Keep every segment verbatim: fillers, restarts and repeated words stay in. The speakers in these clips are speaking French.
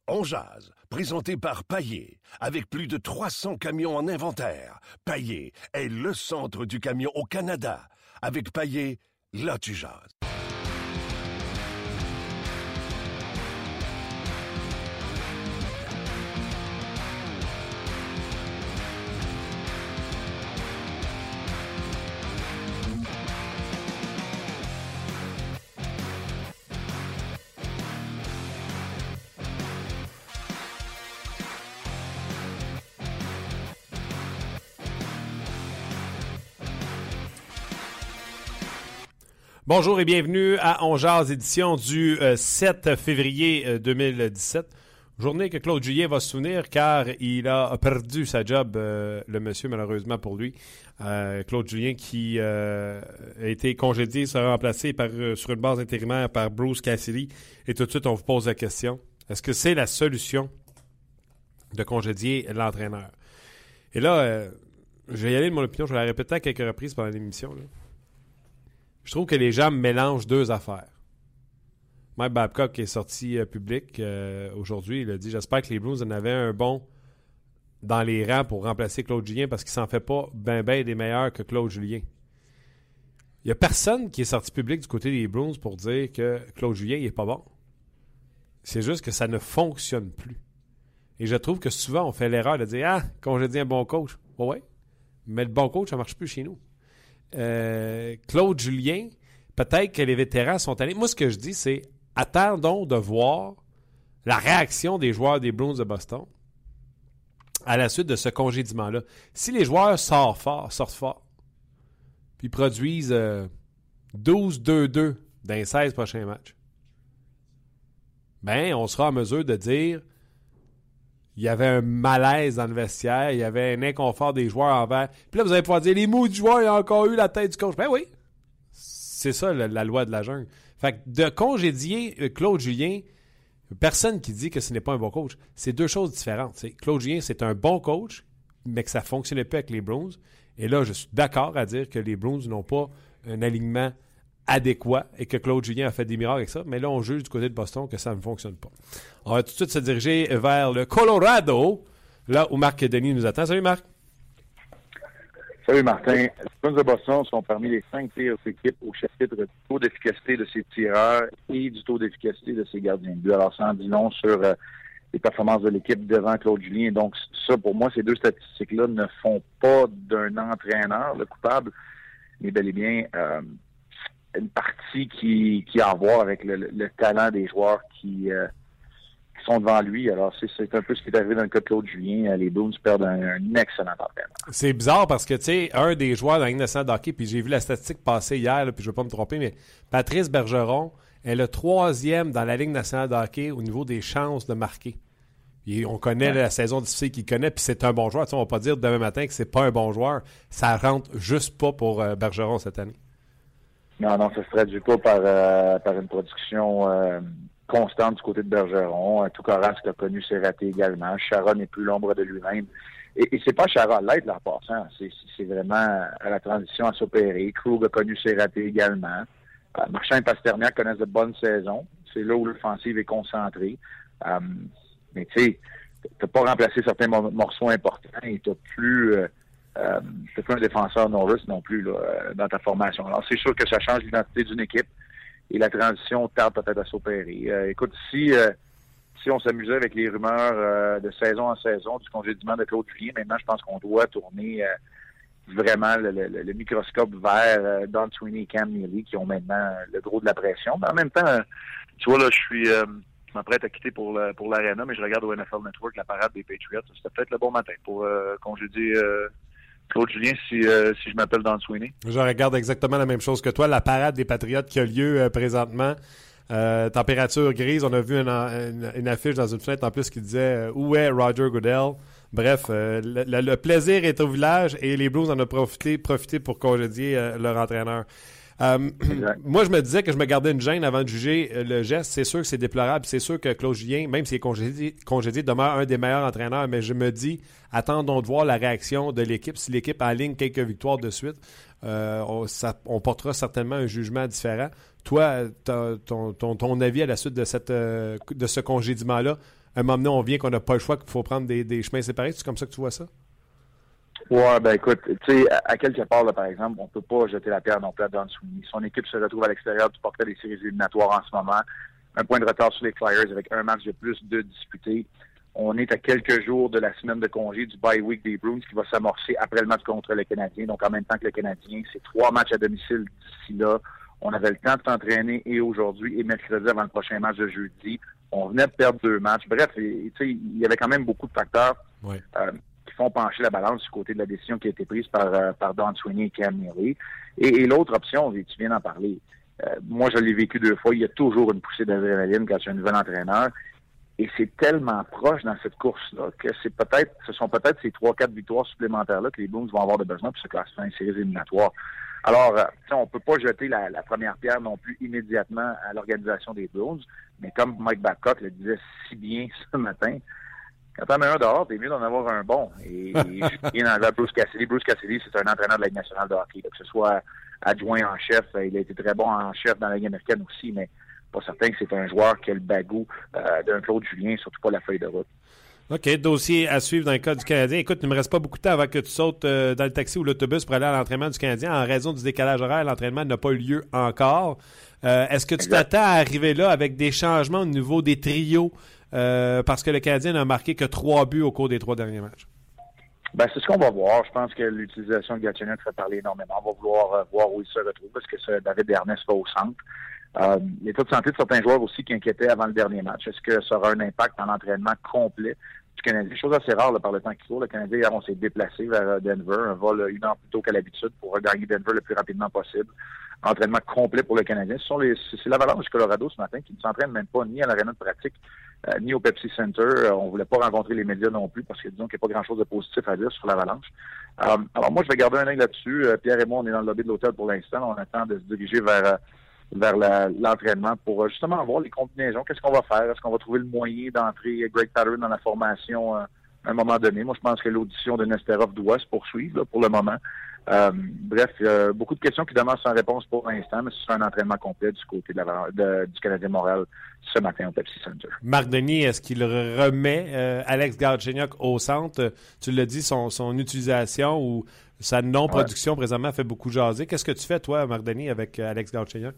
On jase, présenté par Paillé, avec plus de trois cents camions en inventaire. Paillé est le centre du camion au Canada. Avec Paillé, là tu jases. Bonjour et bienvenue à On Jase, édition du euh, sept février euh, deux mille dix-sept. Journée que Claude Julien va se souvenir car il a perdu sa job, euh, le monsieur, malheureusement pour lui. Euh, Claude Julien qui euh, a été congédié, sera remplacé par, euh, sur une base intérimaire par Bruce Cassidy. Et tout de suite, on vous pose la question. Est-ce que c'est la solution de congédier l'entraîneur? Et là, euh, je vais y aller de mon opinion, je vais la répéter à quelques reprises pendant l'émission, là. Je trouve que les gens mélangent deux affaires. Mike Babcock qui est sorti euh, public euh, aujourd'hui, il a dit « J'espère que les Blues en avaient un bon dans les rangs pour remplacer Claude Julien parce qu'il s'en fait pas ben ben des meilleurs que Claude Julien. » Il n'y a personne qui est sorti public du côté des Blues pour dire que Claude Julien il est pas bon. C'est juste que ça ne fonctionne plus. Et je trouve que souvent on fait l'erreur de dire « Ah, congédier un bon coach. » Ouais, ouais. Mais le bon coach, ça ne marche plus chez nous. Euh, Claude Julien, peut-être que les vétérans sont allés. Moi, ce que je dis, c'est attendons de voir la réaction des joueurs des Bruins de Boston à la suite de ce congédiement-là. Si les joueurs sortent fort, sortent fort, puis produisent euh, douze deux deux dans les seize prochains matchs, ben, on sera en mesure de dire il y avait un malaise dans le vestiaire, il y avait un inconfort des joueurs envers. Puis là, vous allez pouvoir dire, les mots du joueur, il a encore eu la tête du coach. Ben oui, c'est ça la, la loi de la jungle. Fait que de congédier Claude Julien, personne qui dit que ce n'est pas un bon coach. C'est deux choses différentes. T'sais. Claude Julien, c'est un bon coach, mais que ça ne fonctionnait pas avec les Bruins. Et là, je suis d'accord à dire que les Bruins n'ont pas un alignement adéquat et que Claude Julien a fait des miracles avec ça, mais là, on juge du côté de Boston que ça ne fonctionne pas. On va tout de suite se diriger vers le Colorado, là où Marc Denis nous attend. Salut Marc. Salut Martin. Les Bruins de Boston sont parmi les cinq pires équipes au chapitre du taux d'efficacité de ses tireurs et du taux d'efficacité de ses gardiens de but. Alors, ça en dit long sur euh, les performances de l'équipe devant Claude Julien. Donc, ça, pour moi, ces deux statistiques-là ne font pas d'un entraîneur le coupable, mais bel et bien euh, une partie qui, qui a à voir avec le, le, le talent des joueurs qui, euh, qui sont devant lui. Alors, c'est, c'est un peu ce qui est arrivé dans le cas de Claude Julien. Les Blues perdent un, un excellent entraîneur. C'est bizarre parce que, tu sais, un des joueurs de la Ligue nationale de hockey, puis j'ai vu la statistique passer hier, là, puis je ne veux pas me tromper, mais Patrice Bergeron est le troisième dans la Ligue nationale de hockey au niveau des chances de marquer. Et on connaît ouais. la saison difficile qu'il connaît, puis c'est un bon joueur. Tu sais, on ne va pas dire demain matin que c'est pas un bon joueur. Ça rentre juste pas pour euh, Bergeron cette année. Non, non, ça se traduit pas par, euh, par une production euh, constante du côté de Bergeron. Tout Toukaras qui a connu ses ratés également. Chara n'est plus l'ombre de lui-même. Et, et c'est pas Chara l'aide, là, en passant. C'est, c'est vraiment à la transition à s'opérer. Krug a connu ses ratés également. Euh, Marchand et Pasternak connaissent de bonnes saisons. C'est là où l'offensive est concentrée. Euh, mais tu sais, t'as pas remplacé certains morceaux importants et t'as plus... Euh, Euh, c'est pas un défenseur Norris non plus là, dans ta formation. Alors, c'est sûr que ça change l'identité d'une équipe et la transition tarde peut-être à s'opérer. Euh, écoute, si euh, si on s'amusait avec les rumeurs euh, de saison en saison du congédiement de Claude Julien, maintenant, je pense qu'on doit tourner euh, vraiment le, le, le microscope vers euh, Don Sweeney et Cam Neely qui ont maintenant le gros de la pression. Mais en même temps, tu vois, là, je suis... Euh, je m'apprête à quitter pour, le, pour l'Arena, mais je regarde au N F L Network la parade des Patriots. C'était peut-être le bon matin pour euh, congédier... Euh, Claude Julien, si, euh, si je m'appelle Don Sweeney. Je regarde exactement la même chose que toi. La parade des Patriotes qui a lieu euh, présentement. Euh, température grise. On a vu une, une, une affiche dans une fenêtre en plus qui disait euh, « Où est Roger Goodell? » Bref, euh, le, le, le plaisir est au village et les Blues en ont profité, profité pour congédier euh, leur entraîneur. Euh, moi, je me disais que je me gardais une gêne avant de juger le geste. C'est sûr que c'est déplorable. C'est sûr que Claude Julien, même s'il est congédié, congédié, demeure un des meilleurs entraîneurs. Mais je me dis, attendons de voir la réaction de l'équipe. Si l'équipe aligne quelques victoires de suite, euh, on, ça, on portera certainement un jugement différent. Toi, ton, ton, ton avis à la suite de, cette, de ce congédiement-là, à un moment donné, on vient qu'on n'a pas le choix, qu'il faut prendre des, des chemins séparés. C'est comme ça que tu vois ça? Ouais, ben écoute, tu sais, à, à quelque part, là, par exemple, on peut pas jeter la pierre non plus à Don Sweeney. Son équipe se retrouve à l'extérieur du portrait des séries éliminatoires en ce moment. Un point de retard sur les Flyers avec un match de plus de disputé. On est à quelques jours de la semaine de congé du bye week des Bruins qui va s'amorcer après le match contre le Canadien. Donc, en même temps que le Canadien, c'est trois matchs à domicile d'ici là. On avait le temps de s'entraîner et aujourd'hui et mercredi avant le prochain match de jeudi. On venait de perdre deux matchs. Bref, tu sais, il y avait quand même beaucoup de facteurs. Ouais. Euh, qui font pencher la balance du côté de la décision qui a été prise par, euh, par Don Sweeney et Cam Neely. Et, et l'autre option, tu viens d'en parler. Euh, moi, je l'ai vécu deux fois. Il y a toujours une poussée d'adrénaline quand tu es un nouvel entraîneur. Et c'est tellement proche dans cette course-là que c'est peut-être, ce sont peut-être ces trois, quatre victoires supplémentaires-là que les Blues vont avoir de besoin pour se classer dans les séries éliminatoires. Alors, euh, on peut pas jeter la, la première pierre non plus immédiatement à l'organisation des Blues, mais comme Mike Babcock le disait si bien ce matin, quand t'en mets un dehors, t'es mieux d'en avoir un bon. Et, et je viens d'enlever Bruce Cassidy. Bruce Cassidy, c'est un entraîneur de la Ligue nationale de hockey. Donc, que ce soit adjoint en chef, il a été très bon en chef dans la Ligue américaine aussi, mais pas certain que c'est un joueur qui a le bagou euh, d'un Claude Julien, surtout pas la feuille de route. OK, dossier à suivre dans le cas du Canadien. Écoute, il ne me reste pas beaucoup de temps avant que tu sautes euh, dans le taxi ou l'autobus pour aller à l'entraînement du Canadien. En raison du décalage horaire, l'entraînement n'a pas eu lieu encore. Euh, est-ce que tu Exact. t'attends à arriver là avec des changements au niveau des trios euh, parce que le Canadien n'a marqué que trois buts au cours des trois derniers matchs? Ben, c'est ce qu'on va voir. Je pense que l'utilisation de Galchenyuk fait parler énormément. On va vouloir euh, voir où il se retrouve parce que ce David Ernest va au centre. Euh, l'état de santé de certains joueurs aussi qui inquiétaient avant le dernier match. Est-ce que ça aura un impact dans l'entraînement complet du Canadien? Chose assez rare là, par le temps qu'il faut. Le Canadien, hier, on s'est déplacé vers Denver, un vol une heure plus tôt qu'à l'habitude pour regagner Denver le plus rapidement possible. Entraînement complet pour le Canadien. Ce sont les, c'est l'Avalanche du Colorado ce matin qui ne s'entraîne même pas ni à l'aréna de pratique, euh, ni au Pepsi Center. Euh, on voulait pas rencontrer les médias non plus parce que disons qu'il n'y a pas grand-chose de positif à dire sur l'Avalanche. Euh, alors moi, je vais garder un œil là-dessus. Euh, Pierre et moi, on est dans le lobby de l'hôtel pour l'instant. On attend de se diriger vers... Euh, vers la, l'entraînement pour justement voir les combinaisons. Qu'est-ce qu'on va faire? Est-ce qu'on va trouver le moyen d'entrer Greg Pateryn dans la formation euh, à un moment donné? Moi, je pense que l'audition de Nesterov doit se poursuivre là, pour le moment. Euh, bref, euh, beaucoup de questions qui demeurent sans réponse pour l'instant, mais ce sera un entraînement complet du côté de la, de, du Canadien Montréal ce matin au Pepsi Center. Marc Denis, est-ce qu'il remet euh, Alex Galchenyuk au centre? Tu l'as dit, son, son utilisation ou sa non-production ouais. présentement fait beaucoup jaser. Qu'est-ce que tu fais, toi, Marc Denis, avec euh, Alex Galchenyuk?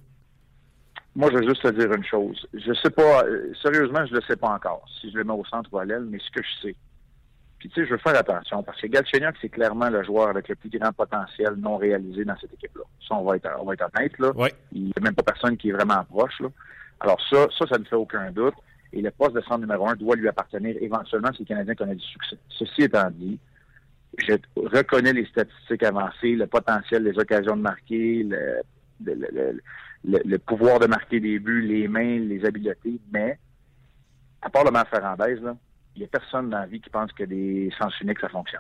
Moi, je veux juste te dire une chose. Je sais pas, euh, sérieusement, je le sais pas encore, si je le mets au centre ou à l'aile, mais ce que je sais. Puis, tu sais, je veux faire attention, parce que Galchenyuk, c'est clairement le joueur avec le plus grand potentiel non réalisé dans cette équipe-là. Ça, on va être, on va être honnête, là. Ouais. Il n'y a même pas personne qui est vraiment proche, là. Alors ça, ça, ça ne fait aucun doute. Et le poste de centre numéro un doit lui appartenir éventuellement si les Canadiens connaissent du succès. Ceci étant dit, je reconnais les statistiques avancées, le potentiel, les occasions de marquer, le, le, le, le, le pouvoir de marquer des buts, les mains, les habiletés, mais à part le Matt Ferrandez, là, il n'y a personne dans la vie qui pense que des sens uniques, ça fonctionne.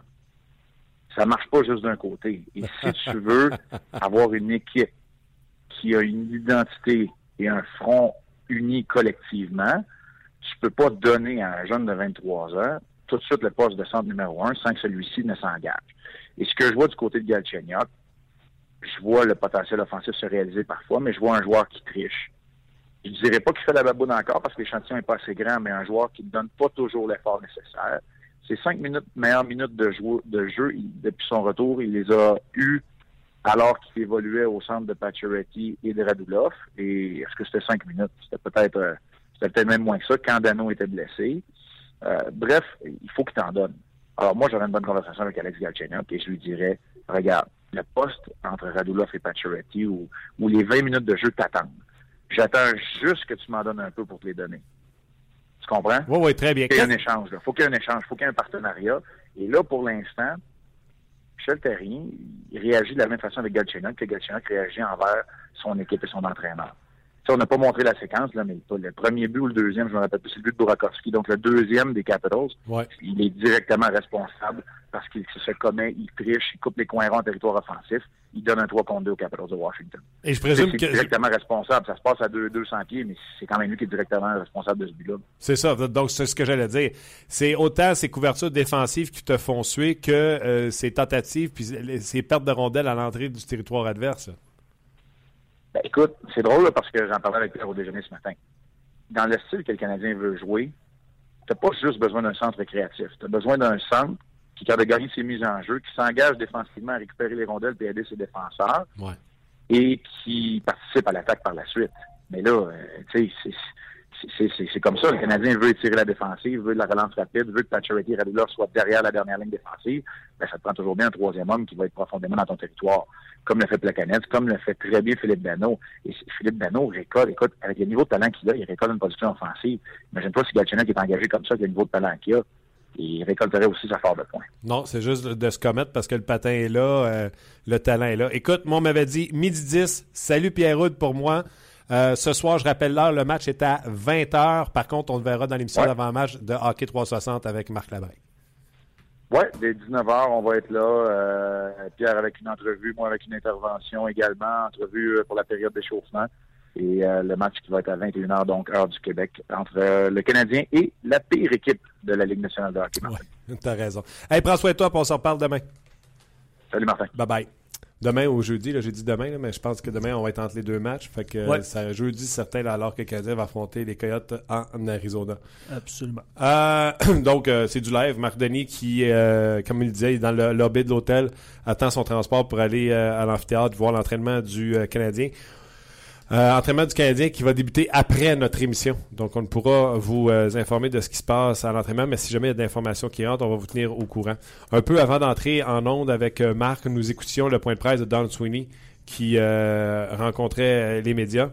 Ça marche pas juste d'un côté. Et si tu veux avoir une équipe qui a une identité et un front uni collectivement, tu peux pas donner à un jeune de vingt-trois ans tout de suite le poste de centre numéro un sans que celui-ci ne s'engage. Et ce que je vois du côté de Galchenyuk, je vois le potentiel offensif se réaliser parfois, mais je vois un joueur qui triche. Je ne dirais pas qu'il fait la baboune encore parce que l'échantillon n'est pas assez grand, mais un joueur qui ne donne pas toujours l'effort nécessaire. Ces cinq minutes, meilleures minutes de jeu, de jeu il, depuis son retour, il les a eues alors qu'il évoluait au centre de Pacioretty et de Radulov. Et est-ce que c'était cinq minutes? C'était peut-être euh, c'était peut-être même moins que ça quand Dano était blessé. Euh, bref, il faut qu'il t'en donne. Alors moi, j'aurais une bonne conversation avec Alex Galchenyuk et je lui dirais, regarde, le poste entre Radulov et Pacioretty où, où les vingt minutes de jeu t'attendent. J'attends juste que tu m'en donnes un peu pour te les donner. Tu comprends? Oui, oui, très bien. Il faut qu'il y ait un échange. Il faut qu'il y ait un échange. Il faut qu'il y ait un partenariat. Et là, pour l'instant, Michel Therrien, il réagit de la même façon avec Galchenyuk que Galchenyuk réagit envers son équipe et son entraîneur. Ça, on n'a pas montré la séquence, là, mais le premier but ou le deuxième, je me rappelle plus, c'est le but de Burakovsky. Donc, le deuxième des Capitals, ouais. il est directement responsable parce qu'il se commet, il triche, il coupe les coins ronds en territoire offensif, il donne un trois contre deux aux Capitals de Washington. Et je présume c'est, que... C'est directement responsable. Ça se passe à deux cents pieds, mais c'est quand même lui qui est directement responsable de ce but-là. C'est ça. Donc, c'est ce que j'allais dire. C'est autant ces couvertures défensives qui te font suer que euh, ces tentatives puis ces pertes de rondelles à l'entrée du territoire adverse. Ben, écoute, c'est drôle là, parce que j'en parlais avec Pierre au déjeuner ce matin. Dans le style que le Canadien veut jouer, tu n'as pas juste besoin d'un centre créatif. Tu as besoin d'un centre qui est capable de gagner ses mises en jeu, qui s'engage défensivement à récupérer les rondelles et aider ses défenseurs, ouais. et qui participe à l'attaque par la suite. Mais là, euh, tu sais, c'est, c'est, c'est, c'est comme ça. Le Canadien veut étirer la défensive, veut de la relance rapide, veut que Pacioretty et Radulov soient derrière la dernière ligne défensive. Ben, ça te prend toujours bien un troisième homme qui va être profondément dans ton territoire, comme le fait Plekanec, comme le fait très bien Philippe Danault. Et Philippe Danault récolte, écoute, avec le niveau de talent qu'il a, il récolte une production offensive. Imagine-toi si Galchenyuk est engagé comme ça, avec le niveau de talent qu'il a, il récolterait aussi sa part de points. Non, c'est juste de se commettre parce que le patin est là, euh, le talent est là. Écoute, moi, on m'avait dit midi dix, salut Pierre-Houd pour moi. Euh, ce soir, je rappelle l'heure, le match est à vingt heures. Par contre, on le verra dans l'émission ouais. d'avant-match de Hockey trois cent soixante avec Marc Labrègue. Oui, dès dix-neuf heures, on va être là. Euh, Pierre avec une entrevue, moi avec une intervention également, entrevue pour la période d'échauffement. Et euh, le match qui va être à vingt et une heures, donc heure du Québec, entre euh, le Canadien et la pire équipe de la Ligue nationale de hockey. Martin. Ouais, t'as raison. Hey, prends soin de toi, puis on s'en reparle demain. Salut Martin. Bye-bye. Demain ou jeudi, là, j'ai dit demain, là, mais je pense que demain, on va être entre les deux matchs. Fait que ouais. ça jeudi certain, là, alors que le Canadien va affronter les Coyotes en Arizona. Absolument. Euh, donc, euh, c'est du live. Marc Denis qui, euh, comme il le disait, est dans le lobby de l'hôtel, attend son transport pour aller euh, à l'amphithéâtre voir l'entraînement du euh, Canadien. Euh, entraînement du Canadien qui va débuter après notre émission. Donc, on ne pourra vous euh, informer de ce qui se passe à l'entraînement, mais si jamais il y a d'informations qui rentrent, on va vous tenir au courant. Un peu avant d'entrer en onde avec euh, Marc, nous écoutions le point de presse de Don Sweeney qui euh, rencontrait les médias.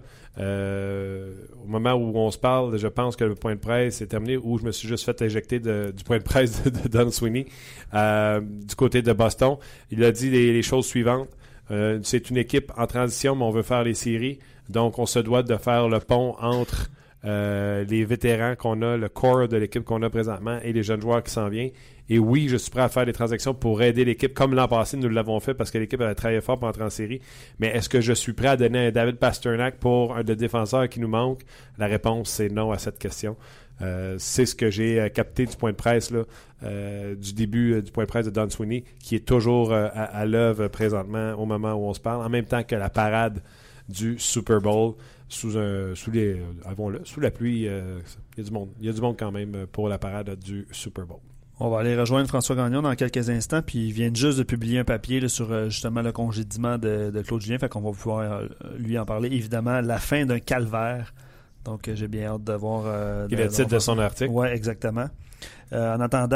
Euh, au moment où on se parle, je pense que le point de presse est terminé, où je me suis juste fait éjecter de, du point de presse de, de Don Sweeney euh, du côté de Boston. Il a dit les, les choses suivantes. Euh, c'est une équipe en transition, mais on veut faire les séries. Donc, on se doit de faire le pont entre euh, les vétérans qu'on a, le core de l'équipe qu'on a présentement et les jeunes joueurs qui s'en viennent. Et oui, je suis prêt à faire des transactions pour aider l'équipe, comme l'an passé, nous l'avons fait parce que l'équipe avait travaillé fort pour entrer en série. Mais est-ce que je suis prêt à donner un David Pastrnak pour un de défenseurs qui nous manque? La réponse, c'est non à cette question. Euh, c'est ce que j'ai euh, capté du point de presse là, euh, du début euh, du point de presse de Don Sweeney, qui est toujours euh, à, à l'œuvre présentement au moment où on se parle, en même temps que la parade du Super Bowl sous un sous les avons-le, sous la pluie. Euh, il y a du monde. Il y a du monde quand même pour la parade du Super Bowl. On va aller rejoindre François Gagnon dans quelques instants, puis il vient juste de publier un papier là, sur euh, justement le congédiement de, de Claude Julien, fait qu'on va pouvoir euh, lui en parler. Évidemment, la fin d'un calvaire. Donc, euh, j'ai bien hâte de voir... Euh, Il est le titre de son article. Oui, exactement. Euh, en attendant,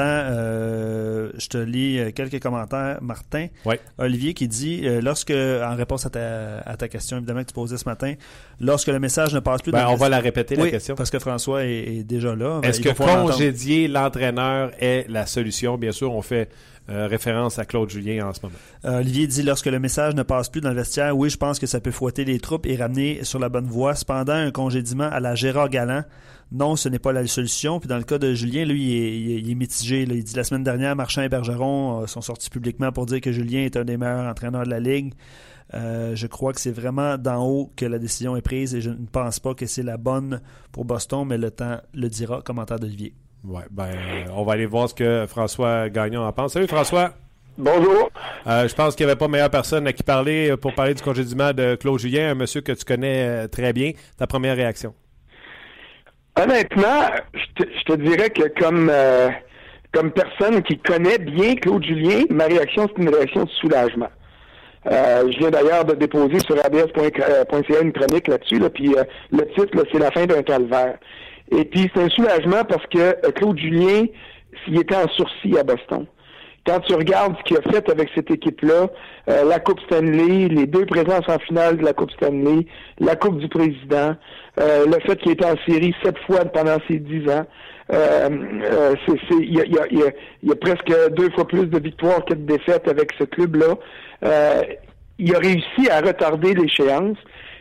euh, je te lis quelques commentaires. Martin, ouais. Olivier qui dit, euh, lorsque, en réponse à ta, à ta question évidemment que tu posais ce matin, lorsque le message ne passe plus... Ben, dans on le... va la répéter, oui, la question. parce que François est, est déjà là. Est-ce que congédier l'entraîneur est la solution? Bien sûr, on fait euh, référence à Claude Julien en ce moment. Euh, Olivier dit, lorsque le message ne passe plus dans le vestiaire, oui, je pense que ça peut fouetter les troupes et ramener sur la bonne voie. Cependant, un congédiement à la Gérard Galland, non, ce n'est pas la solution. Puis dans le cas de Julien, lui, il est, il est, il est mitigé. Là. Il dit la semaine dernière, Marchand et Bergeron euh, sont sortis publiquement pour dire que Julien est un des meilleurs entraîneurs de la Ligue. Euh, je crois que c'est vraiment d'en haut que la décision est prise et je ne pense pas que c'est la bonne pour Boston, mais le temps le dira. Commentaire d'Olivier. Ouais, ben, on va aller voir ce que François Gagnon en pense. Salut François! Bonjour. Euh, je pense qu'il n'y avait pas meilleure personne à qui parler pour parler du congédiement de Claude Julien, un monsieur que tu connais très bien. Ta première réaction? Honnêtement, je te, je te dirais que comme euh, comme personne qui connaît bien Claude Julien, ma réaction, c'est une réaction de soulagement. Euh, je viens d'ailleurs de déposer sur a b s point c a une chronique là-dessus, là, puis euh, le titre, là, c'est la fin d'un calvaire. Et puis c'est un soulagement parce que euh, Claude Julien, s'il était en sursis à Boston, quand tu regardes ce qu'il a fait avec cette équipe-là, euh, la Coupe Stanley, les deux présences en finale de la Coupe Stanley, la Coupe du Président, euh, le fait qu'il était en série sept fois pendant ces dix ans, euh, euh, c'est, c'est, il y a, il y a, il y a, il y a presque deux fois plus de victoires que de défaites avec ce club-là. Euh, il a réussi à retarder l'échéance.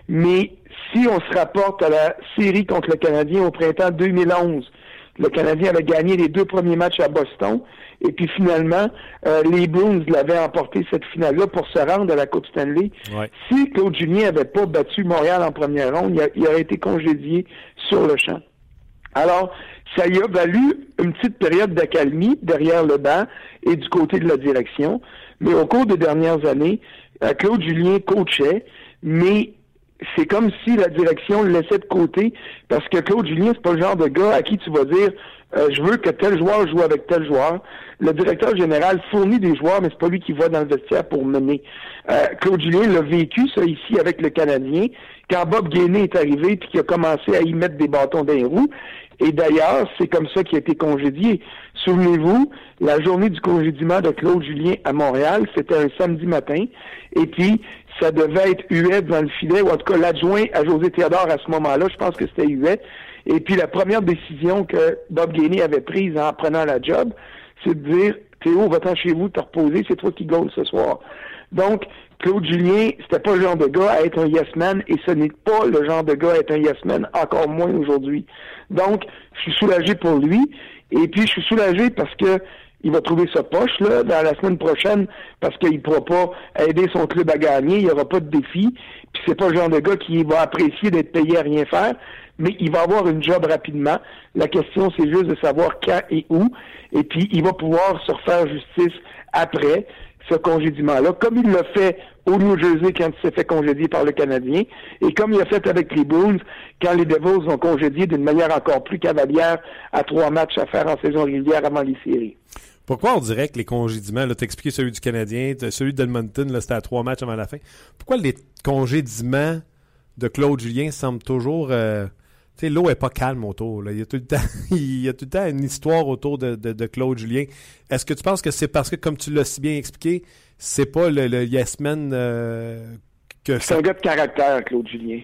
Mais si on se rapporte à la série contre le Canadien au printemps deux mille onze, le Canadien avait gagné les deux premiers matchs à Boston, et puis finalement, euh, les Bruins l'avaient emporté cette finale-là pour se rendre à la Coupe Stanley. Ouais. Si Claude Julien n'avait pas battu Montréal en première ronde, il, a, il aurait été congédié sur le champ. Alors, ça y a valu une petite période d'accalmie derrière le banc et du côté de la direction, mais au cours des dernières années, euh, Claude Julien coachait, mais c'est comme si la direction le laissait de côté, parce que Claude Julien, c'est pas le genre de gars à qui tu vas dire euh, je veux que tel joueur joue avec tel joueur. Le directeur général fournit des joueurs, mais c'est pas lui qui va dans le vestiaire pour mener. Euh, Claude Julien l'a vécu, ça, ici, avec le Canadien, quand Bob Gainey est arrivé puis qu'il a commencé à y mettre des bâtons dans les roues. Et d'ailleurs, c'est comme ça qu'il a été congédié. Souvenez-vous, la journée du congédiement de Claude Julien à Montréal, c'était un samedi matin, et puis ça devait être Huet dans le filet, ou en tout cas l'adjoint à José Théodore à ce moment-là, je pense que c'était Huet. Et puis la première décision que Bob Gainey avait prise en prenant la job, c'est de dire « Théo, va-t'en chez vous, te reposer, c'est toi qui goal ce soir ». Donc, Claude Julien, c'était pas le genre de gars à être un yes man, et ce n'est pas le genre de gars à être un yes man, encore moins aujourd'hui. Donc, je suis soulagé pour lui, et puis je suis soulagé parce que il va trouver sa poche là dans la semaine prochaine, parce qu'il ne pourra pas aider son club à gagner, il n'y aura pas de défi, puis c'est pas le genre de gars qui va apprécier d'être payé à rien faire, mais il va avoir une job rapidement. La question, c'est juste de savoir quand et où, et puis il va pouvoir se refaire justice après ce congédiement-là, comme il l'a fait au New Jersey quand il s'est fait congédier par le Canadien, et comme il a fait avec les Bruins quand les Devils ont congédié d'une manière encore plus cavalière à trois matchs à faire en saison régulière avant les séries. Pourquoi on dirait que les congédiements, là, t'as expliqué celui du Canadien, celui d'Edmonton, là, c'était à trois matchs avant la fin. Pourquoi les congédiements de Claude Julien semblent toujours... Euh, tu sais, l'eau est pas calme autour. Là. Il y a tout le temps, il y a tout le temps une histoire autour de, de, de Claude Julien. Est-ce que tu penses que c'est parce que, comme tu l'as si bien expliqué, c'est pas le, le yes man euh, que... C'est ça... un gars de caractère, Claude Julien.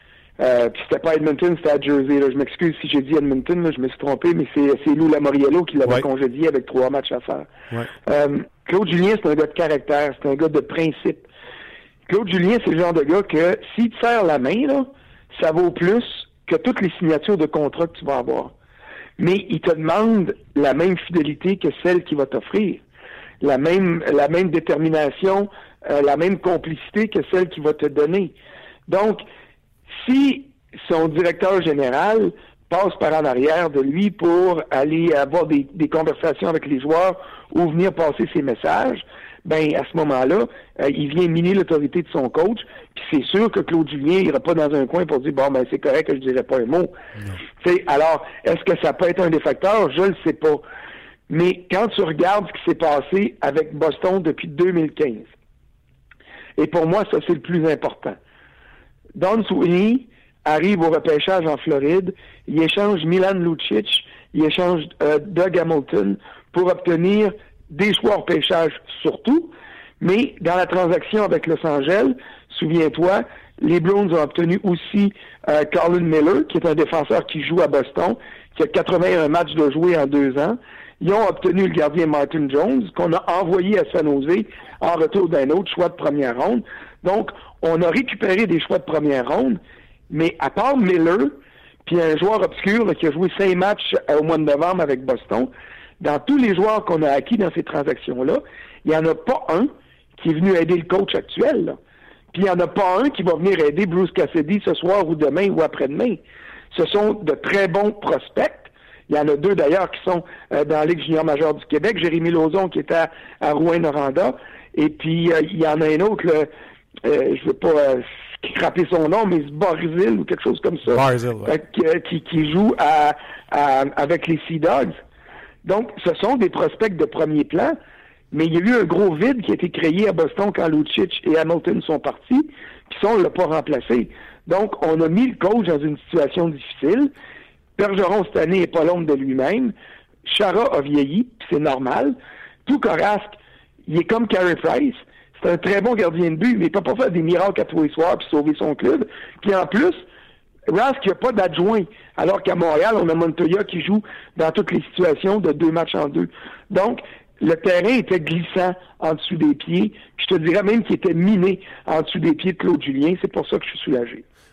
Euh, puis c'était pas Edmonton, c'était à Jersey. Là. Je m'excuse si j'ai dit Edmonton, là, je me suis trompé, mais c'est, c'est Lou Lamoriello qui l'avait ouais. congédié avec trois matchs à faire. Ouais. Euh, Claude Julien, c'est un gars de caractère, c'est un gars de principe. Claude Julien, c'est le genre de gars que s'il te serre la main, là, ça vaut plus que toutes les signatures de contrat que tu vas avoir. Mais il te demande la même fidélité que celle qu'il va t'offrir, la même la même détermination, euh, la même complicité que celle qu'il va te donner. Donc, si son directeur général passe par en arrière de lui pour aller avoir des, des conversations avec les joueurs ou venir passer ses messages, ben à ce moment-là, euh, il vient miner l'autorité de son coach, puis c'est sûr que Claude Julien n'ira pas dans un coin pour dire « Bon, ben c'est correct que je dirais pas un mot. » Alors, est-ce que ça peut être un des facteurs? Je le sais pas. Mais quand tu regardes ce qui s'est passé avec Boston depuis deux mille quinze, et pour moi, ça c'est le plus important. Don Sweeney arrive au repêchage en Floride, il échange Milan Lucic, il échange euh, Doug Hamilton pour obtenir des choix au repêchage surtout, mais dans la transaction avec Los Angeles, souviens-toi, les Bruins ont obtenu aussi euh, Colin Miller, qui est un défenseur qui joue à Boston, qui a quatre-vingt-un matchs de jouer en deux ans. Ils ont obtenu le gardien Martin Jones, qu'on a envoyé à San Jose en retour d'un autre choix de première ronde. Donc, on a récupéré des choix de première ronde, mais à part Miller, puis un joueur obscur là, qui a joué cinq matchs euh, au mois de novembre avec Boston, dans tous les joueurs qu'on a acquis dans ces transactions-là, il n'y en a pas un qui est venu aider le coach actuel. Là. Puis il n'y en a pas un qui va venir aider Bruce Cassidy ce soir ou demain ou après-demain. Ce sont de très bons prospects. Il y en a deux d'ailleurs qui sont euh, dans la Ligue junior majeure du Québec. Jérémy Lauzon qui est à, à Rouyn-Noranda. Et puis euh, il y en a un autre, là, euh, je ne veux pas euh, rappeler son nom, mais c'est Barzil ou quelque chose comme ça. Barzil, ouais. euh, qui, euh, qui, qui joue à, à, avec les Sea Dogs. Donc, ce sont des prospects de premier plan, mais il y a eu un gros vide qui a été créé à Boston quand Lucic et Hamilton sont partis, puis ça, on ne l'a pas remplacé. Donc, on a mis le coach dans une situation difficile. Bergeron, cette année, n'est pas l'ombre de lui-même. Chara a vieilli, puis c'est normal. Tout Corasque, il est comme Carey Price. C'est un très bon gardien de but, mais il ne peut pas faire des miracles à tous les soirs puis sauver son club. Puis en plus, Rask, il n'y a pas d'adjoint, alors qu'à Montréal, on a Montoya qui joue dans toutes les situations de deux matchs en deux. Donc, le terrain était glissant en dessous des pieds, puis je te dirais même qu'il était miné en dessous des pieds de Claude Julien. C'est pour ça que je suis soulagé.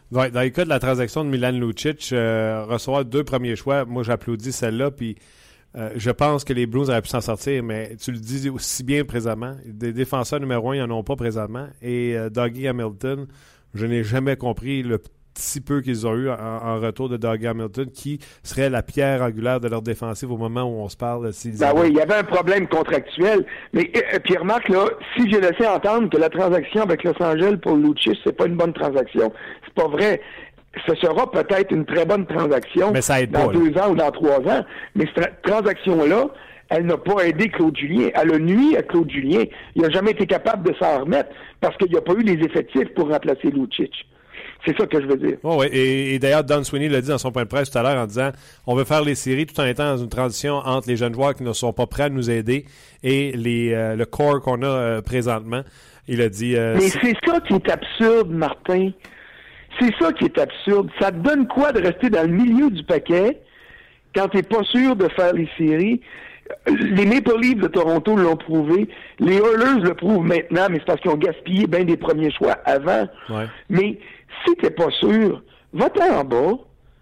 Ouais, dans le cas de la transaction de Milan Lucic, euh, recevoir deux premiers choix, moi j'applaudis celle-là, puis euh, je pense que les Blues auraient pu s'en sortir, mais tu le dis aussi bien présentement, des défenseurs numéro un, ils n'en ont pas présentement, et euh, Dougie Hamilton, je n'ai jamais compris le si peu qu'ils ont eu en, en retour de Dougie Hamilton, qui serait la pierre angulaire de leur défensive au moment où on se parle. Ben oui, il y avait un problème contractuel. Mais euh, puis remarque, là, si j'ai laissé entendre que la transaction avec Los Angeles pour Lucic, c'est pas une bonne transaction, c'est pas vrai. Ce sera peut-être une très bonne transaction mais ça aide dans pas, deux là. ans ou dans trois ans. Mais cette transaction-là, elle n'a pas aidé Claude Julien. Elle a nui à Claude Julien. Il n'a jamais été capable de s'en remettre parce qu'il n'y a pas eu les effectifs pour remplacer Lucic. C'est ça que je veux dire. Oh oui, et, et d'ailleurs, Don Sweeney l'a dit dans son point de presse tout à l'heure en disant on veut faire les séries tout en étant dans une transition entre les jeunes joueurs qui ne sont pas prêts à nous aider et les, euh, le corps qu'on a euh, présentement. Il a dit... Euh, Mais c'est... c'est ça qui est absurde, Martin. C'est ça qui est absurde. Ça te donne quoi de rester dans le milieu du paquet quand tu n'es pas sûr de faire les séries? Les Maple Leafs de Toronto l'ont prouvé. Les Oilers le prouvent maintenant, mais c'est parce qu'ils ont gaspillé bien des premiers choix avant. Ouais. Mais si t'es pas sûr, va-t'en en bas.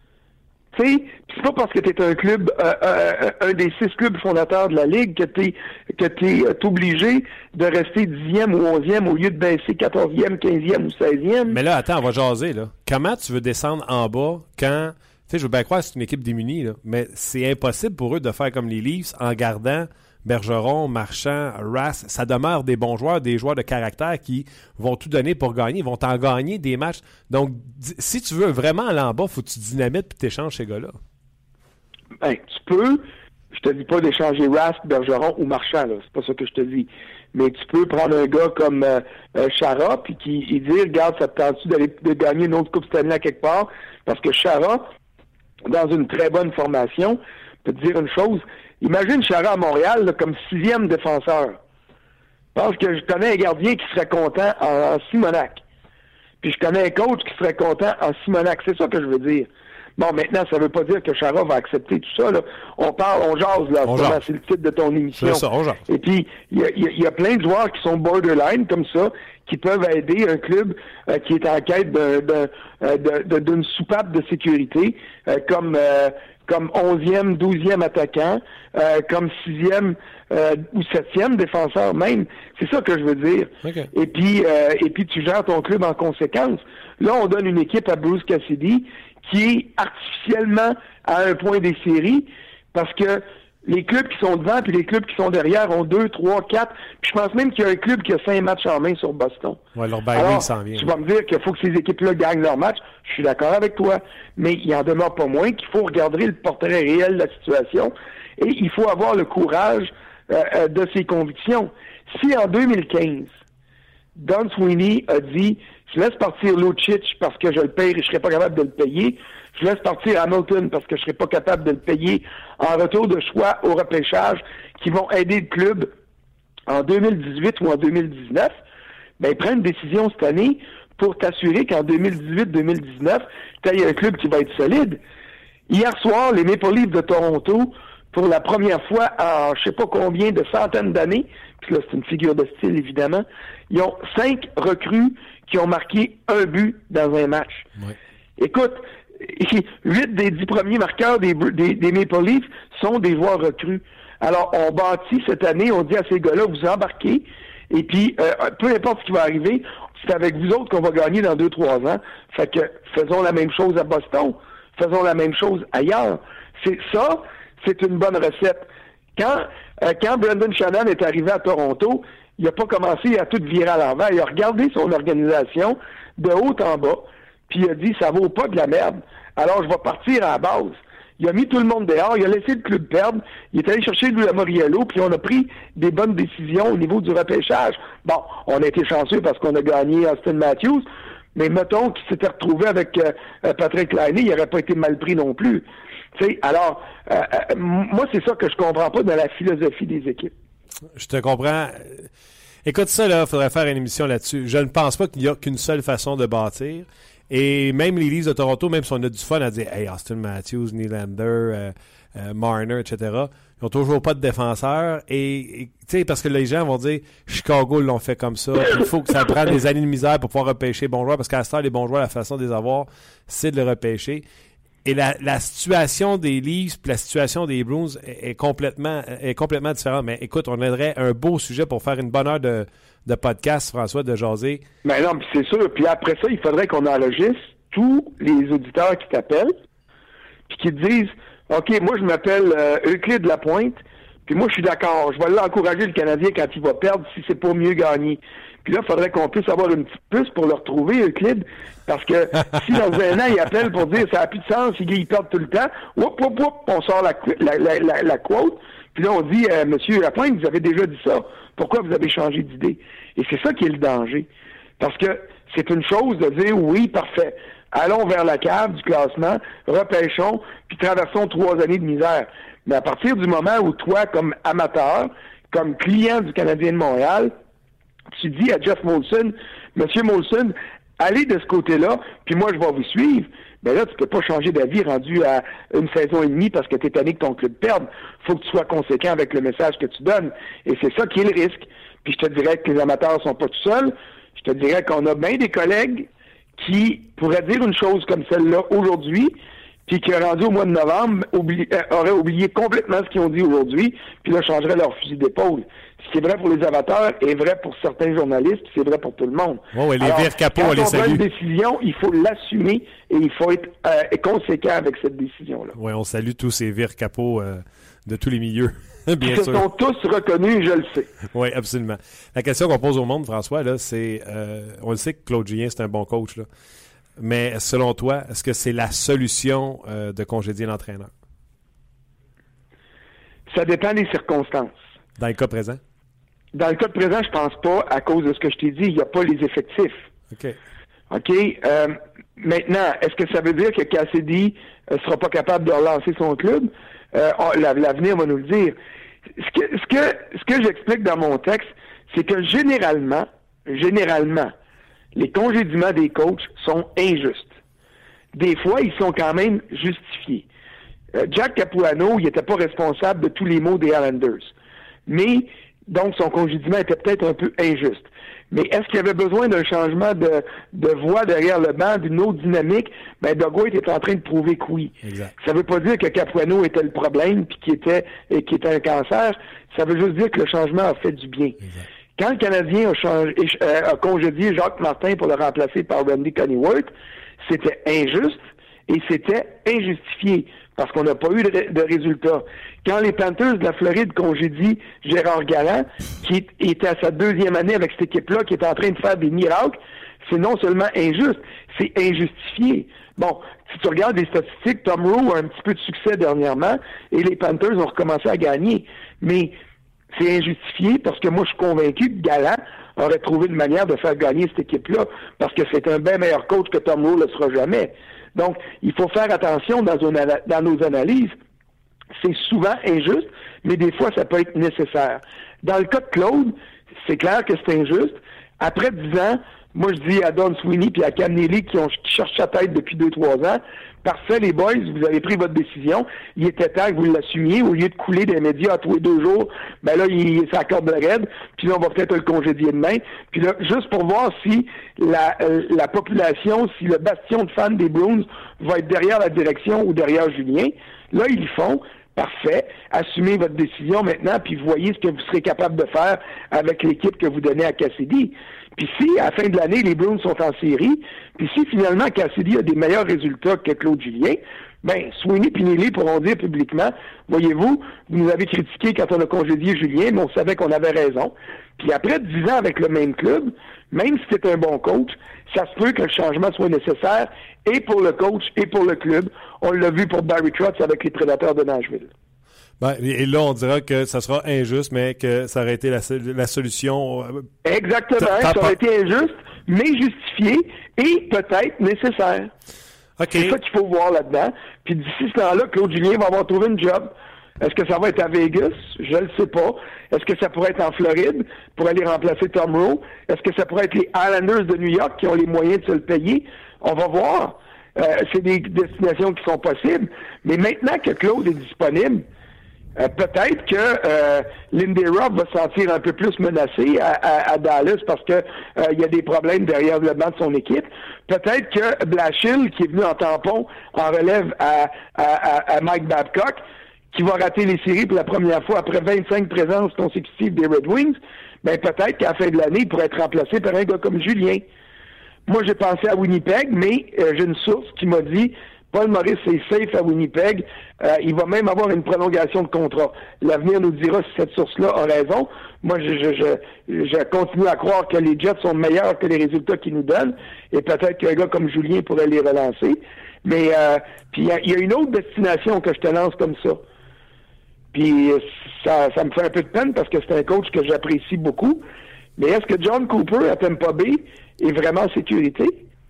Tu sais, c'est pas parce que t'es un club, euh, euh, un des six clubs fondateurs de la Ligue que t'es que t'es euh, obligé de rester dixième ou onzième au lieu de baisser quatorzième, quinzième ou seizième. Mais là, attends, on va jaser, là. Comment tu veux descendre en bas quand... Tu sais, je veux bien croire que c'est une équipe démunie, là, mais c'est impossible pour eux de faire comme les Leafs en gardant Bergeron, Marchand, Rass. Ça demeure des bons joueurs, des joueurs de caractère qui vont tout donner pour gagner. Ils vont t'en gagner des matchs. Donc, d- si tu veux vraiment aller en bas, il faut que tu dynamites et t'échanges ces gars-là. Ben, tu peux. Je te dis pas d'échanger Rass, Bergeron ou Marchand, là. C'est pas ça que je te dis. Mais tu peux prendre un gars comme euh, euh, Chara puis qui il dit, regarde, ça te tente-tu d'aller de gagner une autre Coupe Stanley à quelque part? Parce que Chara, dans une très bonne formation, peut te dire une chose. Imagine Chara à Montréal là, comme sixième défenseur. Je pense que je connais un gardien qui serait content en, en Simonac. Puis je connais un coach qui serait content en Simonac. C'est ça que je veux dire. Bon, maintenant, ça veut pas dire que Chara va accepter tout ça. Là. On parle, on jase, là. On c'est, jase. c'est le titre de ton émission. C'est ça, on jase. Et puis, il y a, y, a, y a plein de joueurs qui sont borderline comme ça, qui peuvent aider un club euh, qui est en quête d'un, d'un, euh, de, de, d'une soupape de sécurité, euh, comme euh, comme onzième, douzième attaquant, euh, comme sixième euh, ou septième défenseur même. C'est ça que je veux dire. Okay. Et puis, euh, et puis tu gères ton club en conséquence. Là, on donne une équipe à Bruce Cassidy qui est artificiellement à un point des séries parce que les clubs qui sont devant puis les clubs qui sont derrière ont deux, trois, quatre. Puis je pense même qu'il y a un club qui a cinq matchs en main sur Boston. Ouais, leur bye Alors, week s'en vient. tu vas me dire qu'il faut que ces équipes-là gagnent leur match. Je suis d'accord avec toi. Mais il en demeure pas moins qu'il faut regarder le portrait réel de la situation et il faut avoir le courage euh, euh, de ses convictions. Si en deux mille quinze, Don Sweeney a dit « Je laisse partir Lucic parce que je le paye et je serai pas capable de le payer. Je laisse partir Hamilton parce que je serai pas capable de le payer en retour de choix au repêchage qui vont aider le club en deux mille dix-huit ou en deux mille dix-neuf. » Ben, prends une décision cette année pour t'assurer qu'en deux mille dix-huit deux mille dix-neuf, tu aies un club qui va être solide. Hier soir, les Maple Leafs de Toronto, pour la première fois en je sais pas combien de centaines d'années, puis là, c'est une figure de style, évidemment, ils ont cinq recrues qui ont marqué un but dans un match. Ouais. Écoute, huit des dix premiers marqueurs des, des, des Maple Leafs sont des joueurs recrues. Alors, on bâtit cette année, on dit à ces gars-là, vous embarquez, et puis, euh, peu importe ce qui va arriver, c'est avec vous autres qu'on va gagner dans deux, trois ans. Fait que faisons la même chose à Boston, faisons la même chose ailleurs. C'est ça, c'est une bonne recette. Quand, euh, quand Brendan Shannon est arrivé à Toronto, il n'a pas commencé à tout virer à l'envers. Il a regardé son organisation de haut en bas, puis il a dit, ça vaut pas de la merde. Alors, je vais partir à la base. Il a mis tout le monde dehors, il a laissé le club perdre, il est allé chercher Lou Lamoriello, puis on a pris des bonnes décisions au niveau du repêchage. Bon, on a été chanceux parce qu'on a gagné Austin Matthews, mais mettons qu'il s'était retrouvé avec euh, Patrick Laine, il n'aurait pas été mal pris non plus. Tu sais, alors, euh, euh, moi, c'est ça que je comprends pas dans la philosophie des équipes. Je te comprends. Écoute ça, là, il faudrait faire une émission là-dessus. Je ne pense pas qu'il n'y a qu'une seule façon de bâtir. Et même les Leafs de Toronto, même si on a du fun à dire « Hey, Austin Matthews, Nylander, euh, euh, Marner, et cetera. Ils n'ont toujours pas de défenseurs. Et, et tu sais, parce que les gens vont dire Chicago l'ont fait comme ça. Il faut que ça prenne des années de misère pour pouvoir repêcher les bons joueurs. Parce qu'à ce temps, les bons joueurs, la façon de les avoir, c'est de les repêcher. Et la, la situation des Leafs et la situation des Bruins est, est, complètement, est complètement différente. Mais écoute, on aimerait un beau sujet pour faire une bonne heure de, de podcast, François, de jaser. Mais non, puis c'est sûr. Puis après ça, il faudrait qu'on enregistre tous les auditeurs qui t'appellent puis qui te disent « OK, moi, je m'appelle euh, Euclide Lapointe, puis moi, je suis d'accord. Je vais l'encourager, le Canadien, quand il va perdre, si c'est pour mieux gagner. » Puis là, il faudrait qu'on puisse avoir une petite puce pour le retrouver, Euclide, parce que si dans un an, il appelle pour dire « ça n'a plus de sens, ils perdent tout le temps », whoop, whoop, whoop, on sort la, la, la, la, la quote, puis là, on dit euh, « Monsieur Lapointe, vous avez déjà dit ça. Pourquoi vous avez changé d'idée? » Et c'est ça qui est le danger. Parce que c'est une chose de dire « oui, parfait. Allons vers la cave du classement, repêchons, puis traversons trois années de misère. » Mais à partir du moment où toi, comme amateur, comme client du Canadien de Montréal, tu dis à Jeff Molson, « Monsieur Molson, allez de ce côté-là, puis moi, je vais vous suivre. » Ben là, tu peux pas changer d'avis rendu à une saison et demie parce que tu es tanné que ton club perde. Faut que tu sois conséquent avec le message que tu donnes. Et c'est ça qui est le risque. Puis je te dirais que les amateurs sont pas tout seuls. Je te dirais qu'on a bien des collègues qui pourraient dire une chose comme celle-là aujourd'hui, puis qui, rendu au mois de novembre, oublie, euh, auraient oublié complètement ce qu'ils ont dit aujourd'hui, puis là, changeraient leur fusil d'épaule. Ce qui est vrai pour les amateurs est vrai pour certains journalistes, puis c'est vrai pour tout le monde. Oh, ouais, les Alors, vires capots, quand on les on salue. prend une décision, il faut l'assumer et il faut être euh, conséquent avec cette décision-là. Oui, on salue tous ces vires capots euh, de tous les milieux. Bien Ils sûr. se sont tous reconnus, je le sais. Oui, absolument. La question qu'on pose au monde, François, là, c'est euh, on le sait que Claude Julien, c'est un bon coach, là. Mais selon toi, est-ce que c'est la solution euh, de congédier l'entraîneur? Ça dépend des circonstances. Dans le cas présent? Dans le cas de présent, je pense pas, à cause de ce que je t'ai dit, il n'y a pas les effectifs. OK. OK? Euh, maintenant, est-ce que ça veut dire que Cassidy ne sera pas capable de relancer son club? Euh, on, l'avenir va nous le dire. Ce que, ce que, ce que j'explique dans mon texte, c'est que généralement, généralement, les congédiements des coachs sont injustes. Des fois, ils sont quand même justifiés. Euh, Jack Capuano, il n'était pas responsable de tous les maux des Islanders. Mais, donc, son congédiement était peut-être un peu injuste. Mais est-ce qu'il y avait besoin d'un changement de, de voix derrière le banc, d'une autre dynamique? Ben, Doug White est en train de prouver que oui. Exact. Ça veut pas dire que Capuano était le problème puis qu'il était, et qu'il était un cancer. Ça veut juste dire que le changement a fait du bien. Exact. Quand le Canadien a, changé, euh, a congédié Jacques Martin pour le remplacer par Randy Coneyworth, c'était injuste et c'était injustifié parce qu'on n'a pas eu de, de résultat. Quand les Panthers de la Floride congédient Gérard Galland, qui était à sa deuxième année avec cette équipe-là, qui est en train de faire des miracles, c'est non seulement injuste, c'est injustifié. Bon, si tu regardes les statistiques, Tom Rowe a un petit peu de succès dernièrement et les Panthers ont recommencé à gagner. Mais c'est injustifié parce que moi, je suis convaincu que Galland aurait trouvé une manière de faire gagner cette équipe-là parce que c'est un bien meilleur coach que Tom Rowe ne le sera jamais. Donc, il faut faire attention dans, une, dans nos analyses. C'est souvent injuste, mais des fois, ça peut être nécessaire. Dans le cas de Claude, c'est clair que c'est injuste. Après dix ans, moi, je dis à Don Sweeney et à Cam Neely qui, ont, qui cherchent sa tête depuis deux, trois ans, parfait, les boys, vous avez pris votre décision. Il était temps que vous l'assumiez. Au lieu de couler des médias à tous les deux jours, ben là, il s'accorde de raide. Puis là, on va peut-être le congédier demain. Puis là, juste pour voir si la, euh, la population, si le bastion de fans des Bruins va être derrière la direction ou derrière Julien. Là, ils le font. Parfait. Assumez votre décision maintenant, puis voyez ce que vous serez capable de faire avec l'équipe que vous donnez à Cassidy. Puis si, à la fin de l'année, les Bruins sont en série, puis si finalement Cassidy a des meilleurs résultats que Claude Julien, ben Sweeney et Neely pourront dire publiquement, voyez-vous, vous nous avez critiqué quand on a congédié Julien, mais on savait qu'on avait raison. Puis après dix ans avec le même club, même si c'est un bon coach, ça se peut que le changement soit nécessaire, et pour le coach et pour le club. On l'a vu pour Barry Trotz avec les Prédateurs de Nashville. Ben, et là, on dira que ça sera injuste, mais que ça aurait été la, la solution. Exactement, ça aurait été injuste, mais justifié et peut-être nécessaire. Okay. C'est ça qu'il faut voir là-dedans. Puis d'ici ce temps-là, Claude Julien va avoir trouvé une job. Est-ce que ça va être à Vegas? Je ne sais pas. Est-ce que ça pourrait être en Floride pour aller remplacer Tom Rowe? Est-ce que ça pourrait être les Islanders de New York qui ont les moyens de se le payer? On va voir. euh, c'est des destinations qui sont possibles. Mais maintenant que Claude est disponible, euh, peut-être que euh, Lindy Ruff va se sentir un peu plus menacé à, à, à Dallas parce que euh, il y a des problèmes derrière le banc de son équipe. Peut-être que Blashill, qui est venu en tampon, en relève à, à, à Mike Babcock, qui va rater les séries pour la première fois après vingt-cinq présences consécutives des Red Wings, ben peut-être qu'à la fin de l'année, il pourrait être remplacé par un gars comme Julien. Moi, j'ai pensé à Winnipeg, mais euh, j'ai une source qui m'a dit Paul Maurice est safe à Winnipeg. Euh, il va même avoir une prolongation de contrat. L'avenir nous dira si cette source-là a raison. Moi, je, je, je, je continue à croire que les Jets sont meilleurs que les résultats qu'ils nous donnent, et peut-être qu'un gars comme Julien pourrait les relancer. Mais euh, puis il y, y a une autre destination que je te lance comme ça. Puis ça, ça me fait un peu de peine parce que c'est un coach que j'apprécie beaucoup. Mais est-ce que John Cooper à Tampa Bay est vraiment en sécurité?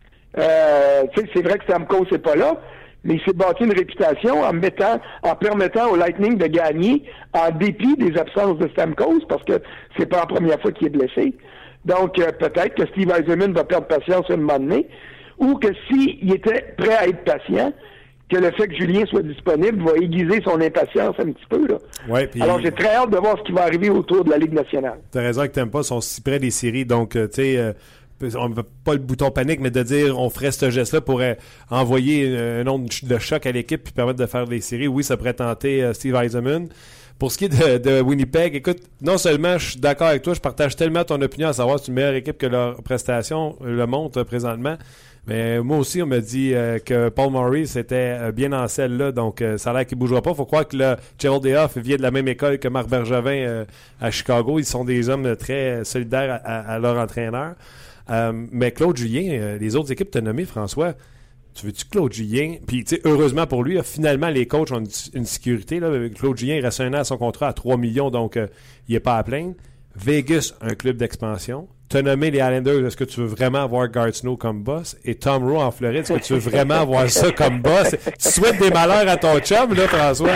Euh, tu sais, c'est vrai que Stamkos n'est pas là, mais il s'est bâti une réputation en mettant, en permettant au Lightning de gagner en dépit des absences de Stamkos parce que c'est pas la première fois qu'il est blessé. Donc euh, peut-être que Steve Yzerman va perdre patience à un moment donné, ou que s'il était prêt à être patient, que le fait que Julien soit disponible va aiguiser son impatience un petit peu. Là. Ouais, pis... Alors, j'ai très hâte de voir ce qui va arriver autour de la Ligue nationale. Tu as raison que tu n'aimes pas, ils sont si près des séries. Donc, euh, tu sais, euh, on ne veut pas le bouton panique, mais de dire on ferait ce geste-là pour euh, envoyer un onde de choc à l'équipe puis permettre de faire des séries. Oui, ça pourrait tenter euh, Steve Yzerman. Pour ce qui est de, de Winnipeg, écoute, non seulement je suis d'accord avec toi, je partage tellement ton opinion à savoir si c'est une meilleure équipe que leur prestation le montre présentement. Mais moi aussi, on m'a dit euh, que Paul Maurice était euh, bien en selle là, donc euh, ça a l'air qu'il ne bougera pas. Il faut croire que le Gerald Dehoff vient de la même école que Marc Bergevin euh, à Chicago. Ils sont des hommes très solidaires à, à, à leur entraîneur. Euh, mais Claude Julien, euh, les autres équipes t'ont nommé, François. Tu veux-tu Claude Julien? Puis, tu sais, heureusement pour lui, là, finalement, les coachs ont une, une sécurité. Là. Claude Julien, il reste un an à son contrat à trois millions, donc euh, il n'est pas à plaindre. Vegas, un club d'expansion. Tu as nommé les Islanders, est-ce que tu veux vraiment avoir Garth Snow comme boss? Et Tom Rowe en Floride, est-ce que tu veux vraiment avoir ça comme boss? Tu souhaites des malheurs à ton chum, là, François?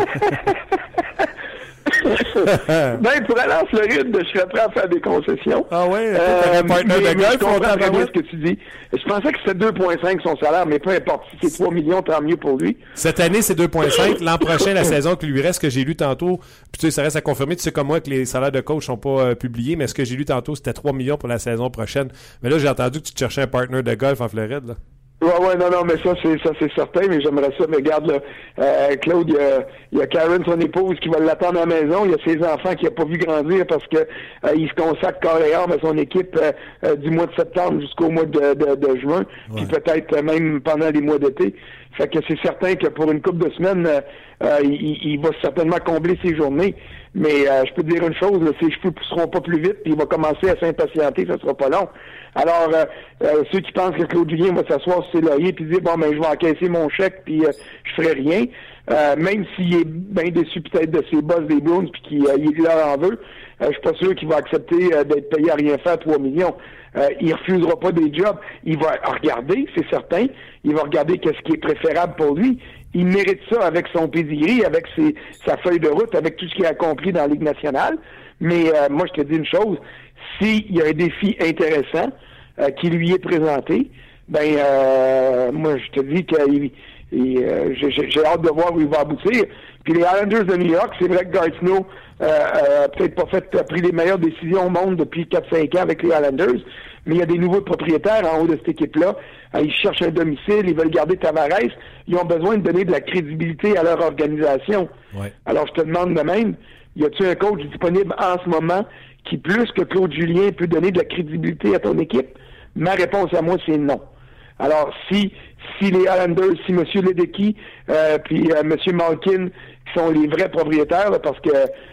Ben, pour aller en Floride, je serais prêt à faire des concessions. Ah oui? Euh, t'as un partenaire de golf, je comprends vraiment ce que tu dis. Je pensais que c'était deux virgule cinq son salaire, mais peu importe. Si c'est trois millions, tant mieux pour lui. Cette année, c'est deux virgule cinq. L'an prochain, la saison qui lui reste, que j'ai lu tantôt, puis tu sais, ça reste à confirmer. Tu sais comme moi que les salaires de coach sont pas euh, publiés, mais ce que j'ai lu tantôt, c'était trois millions pour la saison prochaine. Mais là, j'ai entendu que tu te cherchais un partenaire de golf en Floride, là. Ouais, ouais, non, non, mais ça, c'est ça, c'est certain, mais j'aimerais ça. Mais regarde, là, euh, Claude, il y, a, il y a Karen, son épouse, qui va l'attendre à la maison. Il y a ses enfants qu'il n'a pas vu grandir parce que euh, il se consacre corps et âme à son équipe euh, euh, du mois de septembre jusqu'au mois de, de, de juin, ouais. Puis peut-être même pendant les mois d'été. Fait que c'est certain que pour une couple de semaines, euh, euh, il, il va certainement combler ses journées. Mais euh, je peux te dire une chose, là, ses cheveux ne pousseront pas plus vite, puis il va commencer à s'impatienter, ça sera pas long. Alors, euh, euh, ceux qui pensent que Claude Julien va s'asseoir sur ses lauriers puis dire, bon, ben, je vais encaisser mon chèque puis euh, je ferai rien, euh, même s'il est bien déçu peut-être de ses boss des Bruins puis qu'il euh, il leur en veut, euh, je suis pas sûr qu'il va accepter euh, d'être payé à rien faire trois millions. Euh, il refusera pas des jobs. Il va regarder, c'est certain. Il va regarder qu'est-ce qui est préférable pour lui. Il mérite ça avec son pedigree, avec ses, sa feuille de route, avec tout ce qu'il a accompli dans la Ligue nationale. Mais euh, moi, je te dis une chose. S'il y a un défi intéressant euh, qui lui est présenté, ben euh, moi, je te dis que il, il, euh, j'ai, j'ai hâte de voir où il va aboutir. Puis les Islanders de New York, c'est vrai que Garth Snow euh, euh, peut-être pas fait, a pris les meilleures décisions au monde depuis quatre cinq ans avec les Islanders, mais il y a des nouveaux propriétaires en haut de cette équipe-là. Euh, ils cherchent un domicile, ils veulent garder Tavares. Ils ont besoin de donner de la crédibilité à leur organisation. Ouais. Alors, je te demande de même, y a-t-il un coach disponible en ce moment qui, plus que Claude Julien, peut donner de la crédibilité à ton équipe? Ma réponse à moi, c'est non. Alors, si si les Islanders, si M. Ledecky, euh, puis euh, M. Malkin, qui sont les vrais propriétaires, là, parce que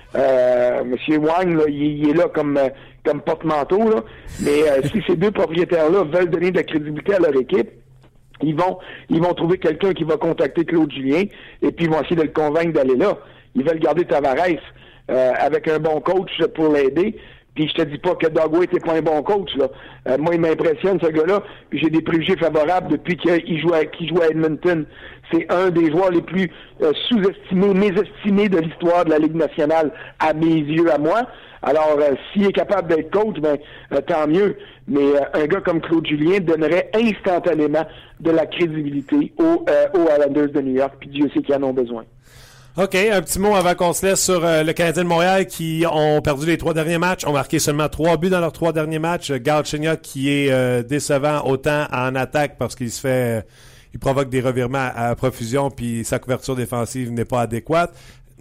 euh, M. Wang, là, il, il est là comme euh, comme porte-manteau, là, mais euh, si ces deux propriétaires-là veulent donner de la crédibilité à leur équipe, ils vont ils vont trouver quelqu'un qui va contacter Claude Julien, et puis ils vont essayer de le convaincre d'aller là. Ils veulent garder Tavares euh, avec un bon coach pour l'aider. Puis je te dis pas que Doug Weight n'est pas un bon coach, là. Euh, moi, il m'impressionne, ce gars-là. Puis j'ai des préjugés favorables depuis qu'il joue à, qu'il joue à Edmonton. C'est un des joueurs les plus euh, sous-estimés, mésestimés de l'histoire de la Ligue nationale, à mes yeux, à moi. Alors, euh, s'il est capable d'être coach, ben euh, tant mieux. Mais euh, un gars comme Claude Julien donnerait instantanément de la crédibilité aux, euh, aux Islanders de New York. Puis Dieu sait qu'ils en ont besoin. OK, un petit mot avant qu'on se laisse sur euh, le Canadien de Montréal qui ont perdu les trois derniers matchs, ont marqué seulement trois buts dans leurs trois derniers matchs. Galchenyuk qui est euh, décevant autant en attaque parce qu'il se fait, euh, il provoque des revirements à, à profusion puis sa couverture défensive n'est pas adéquate.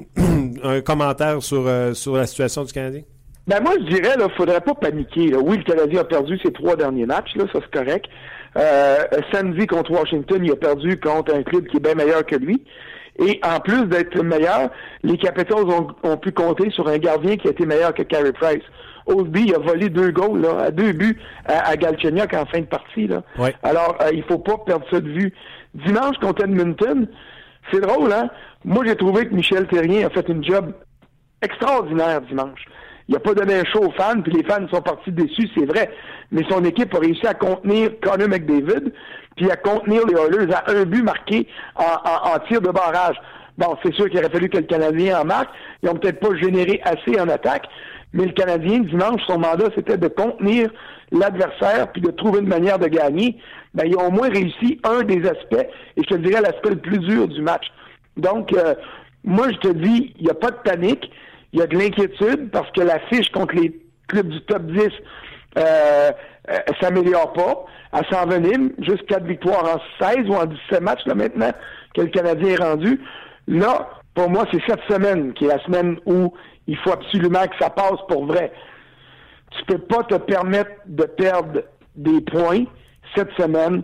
Un commentaire sur euh, sur la situation du Canadien? Ben moi je dirais là, faudrait pas paniquer. Là. Oui, le Canadien a perdu ses trois derniers matchs, là, ça c'est correct. Euh, samedi contre Washington, il a perdu contre un club qui est bien meilleur que lui. Et en plus d'être meilleur, les Capitals ont, ont pu compter sur un gardien qui a été meilleur que Carey Price. Oldby a volé deux goals, là, à deux buts à, à Galchenyuk en fin de partie. Là. Ouais. Alors, euh, il faut pas perdre ça de vue. Dimanche contre Edmonton, c'est drôle, hein? Moi, j'ai trouvé que Michel Therrien a fait une job extraordinaire dimanche. Il n'a pas donné un show aux fans, puis les fans sont partis déçus, c'est vrai. Mais son équipe a réussi à contenir Connor McDavid, puis à contenir les Oilers à un but marqué en, en, en tir de barrage. Bon, c'est sûr qu'il aurait fallu que le Canadien en marque. Ils n'ont peut-être pas généré assez en attaque, mais le Canadien, dimanche, son mandat, c'était de contenir l'adversaire puis de trouver une manière de gagner. Ben, ils ont au moins réussi un des aspects, et je te dirais l'aspect le plus dur du match. Donc, euh, moi, je te dis, il n'y a pas de panique. Il y a de l'inquiétude parce que la fiche contre les clubs du top dix euh, euh, s'améliore pas. Elle s'envenime, juste quatre victoires en seize ou en dix-sept matchs là maintenant que le Canadien est rendu. Là, pour moi, c'est cette semaine qui est la semaine où il faut absolument que ça passe pour vrai. Tu peux pas te permettre de perdre des points cette semaine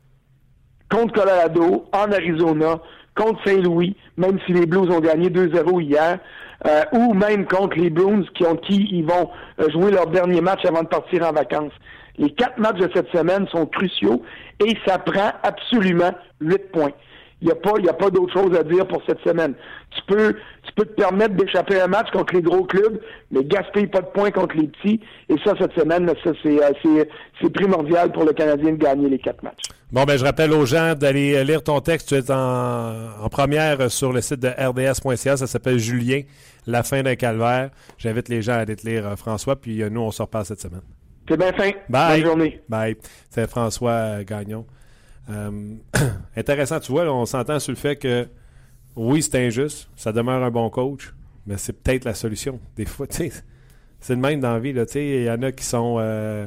contre Colorado, en Arizona, contre Saint-Louis, même si les Blues ont gagné deux zéro hier, euh, ou même contre les Bruins qui ont qui ils vont euh, jouer leur dernier match avant de partir en vacances. Les quatre matchs de cette semaine sont cruciaux et ça prend absolument huit points. Il n'y a pas, il y a pas d'autre chose à dire pour cette semaine. Tu peux, tu peux te permettre d'échapper un match contre les gros clubs, mais gaspille pas de points contre les petits. Et ça, cette semaine, ça, c'est, c'est, c'est primordial pour le Canadien de gagner les quatre matchs. Bon, ben, je rappelle aux gens d'aller lire ton texte. Tu es en, en première sur le site de R D S point C A. Ça s'appelle Julien, la fin d'un calvaire. J'invite les gens à aller te lire, François. Puis nous, on se repasse cette semaine. C'est bien fin. Bye. Bonne journée. Bye. C'est François Gagnon. Euh, intéressant, tu vois, là, on s'entend sur le fait que oui, c'est injuste, ça demeure un bon coach, mais c'est peut-être la solution. Des fois, tu sais, c'est le même dans la vie, tu sais, il y en a qui sont euh,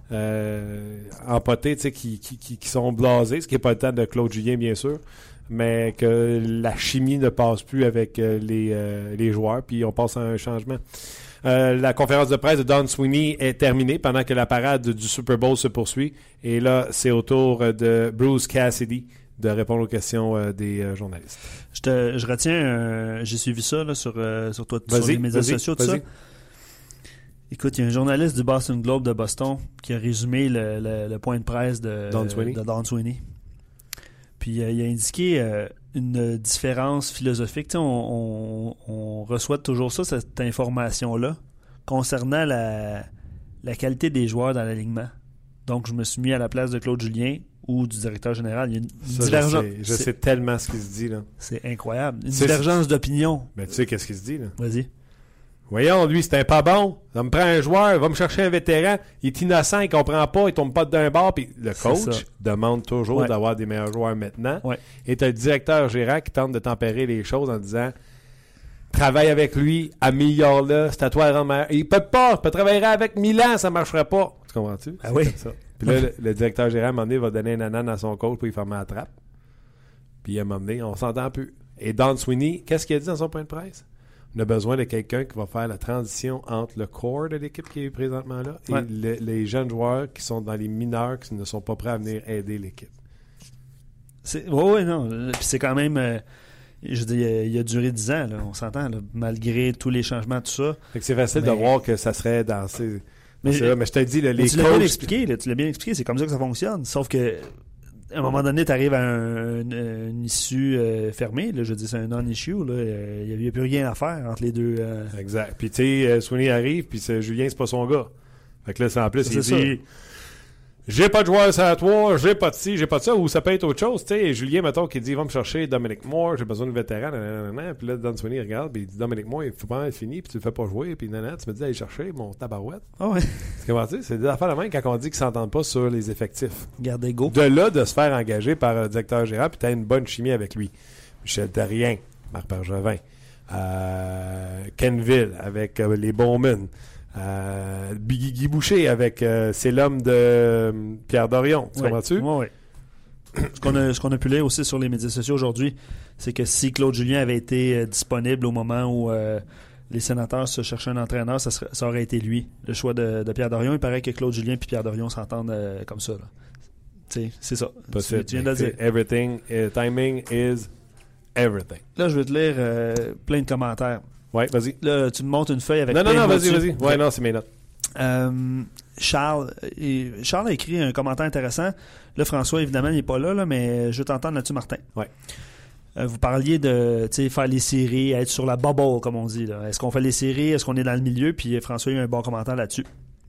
euh, empotés, tu sais, qui, qui, qui, qui sont blasés, ce qui n'est pas le temps de Claude Julien, bien sûr, mais que la chimie ne passe plus avec euh, les, euh, les joueurs, puis on passe à un changement. Euh, la conférence de presse de Don Sweeney est terminée pendant que la parade du Super Bowl se poursuit. Et là, c'est au tour de Bruce Cassidy de répondre aux questions euh, des euh, journalistes. Je, te, je retiens, euh, j'ai suivi ça là, sur, euh, sur, toi, sur les médias sociaux, tout ça. Écoute, il y a un journaliste du Boston Globe de Boston qui a résumé le, le, le point de presse de Don Sweeney. De Don Sweeney. Puis euh, il a indiqué euh, une différence philosophique. On, on, on reçoit toujours ça, cette information-là, concernant la, la qualité des joueurs dans l'alignement. Donc, je me suis mis à la place de Claude Julien ou du directeur général. Il y a une, une ça, divergence. Je, sais, je sais tellement ce qui se dit, là. C'est incroyable. Une c'est, divergence c'est... d'opinion. Mais tu sais qu'est-ce qui se dit, là? Vas-y. Voyons, lui, c'était pas bon. Ça me prend un joueur, il va me chercher un vétéran. Il est innocent, il comprend pas, il tombe pas d'un bord. Puis le coach demande toujours ouais. d'avoir des meilleurs joueurs maintenant. Ouais. Et tu as le directeur gérant qui tente de tempérer les choses en disant travaille avec lui, améliore-le, c'est à toi de rendre meilleur. Il peut pas, il peut travailler avec Milan, ça marcherait pas. Tu comprends-tu? Ah oui. Ça. Puis là, le, le directeur gérant, à un moment donné, va donner un anan à son coach pour lui fermer la trappe. Puis à un moment donné, on s'entend plus. Et Don Sweeney, qu'est-ce qu'il a dit dans son point de presse? On a besoin de quelqu'un qui va faire la transition entre le corps de l'équipe qui est présentement là et ouais. le, les jeunes joueurs qui sont dans les mineurs qui ne sont pas prêts à venir aider l'équipe. Oui, oui, non. Puis c'est quand même... Euh, je dis, il a duré dix ans, là, on s'entend, là, malgré tous les changements, tout ça. Fait que c'est facile mais... de voir que ça serait dans ces... Mais, là, mais je te dis, là, les tu coachs... l'as bien expliqué, là, tu l'as bien expliqué, c'est comme ça que ça fonctionne. Sauf que à un moment donné, tu arrives à un, un, une issue euh, fermée. Là, je dis, c'est un non-issue. Il n'y a, a plus rien à faire entre les deux. Euh... Exact. Puis, tu sais, euh, Sweeney arrive, puis c'est, Julien, c'est pas son gars. Fait que là, c'est en plus, c'est il ça. dit j'ai pas de joueur à toi, j'ai pas de ci, j'ai pas de ça, ou ça peut être autre chose. Tu sais, Julien, mettons, qui dit va me chercher Dominic Moore, j'ai besoin de vétéran, nanana. Puis là, Don Sweeney regarde, puis il dit Dominic Moore, il faut pas être fini, puis tu le fais pas jouer, puis nanana, tu me dis aller chercher mon tabarouette. Ah ouais. C'est comment tu sais, c'est des affaires de même quand on dit qu'ils s'entendent pas sur les effectifs. Gardez go. De là, de se faire engager par le directeur général, puis t'as une bonne chimie avec lui. Michel Therrien, Marc Bergevin, euh, Kenville avec euh, les Bowman. Euh, Guy Boucher avec euh, c'est l'homme de euh, Pierre Dorion, tu ouais. comprends-tu? Oui, oui. ce, qu'on a, ce qu'on a pu lire aussi sur les médias sociaux aujourd'hui, c'est que si Claude Julien avait été euh, disponible au moment où euh, les sénateurs se cherchaient un entraîneur, ça, serait, ça aurait été lui, le choix de, de Pierre Dorion. Il paraît que Claude Julien et Pierre Dorion s'entendent euh, comme ça. Tu sais, c'est ça. Possible. Tu viens de le dire. Everything, uh, timing is everything. Là, je vais te lire euh, plein de commentaires. Ouais, vas-y. Là, tu me montres une feuille avec Non, non, plein non, de vas-y, dessus. vas-y. Ouais, non, c'est mes notes. Euh, Charles, et Charles a écrit un commentaire intéressant. Là, François, évidemment, il n'est pas là, là, mais je veux t'entendre là-dessus, Martin. Ouais. Euh, vous parliez de faire les séries, être sur la bubble, comme on dit. Là. Est-ce qu'on fait les séries? Est-ce qu'on est dans le milieu? Puis François a eu un bon commentaire là-dessus.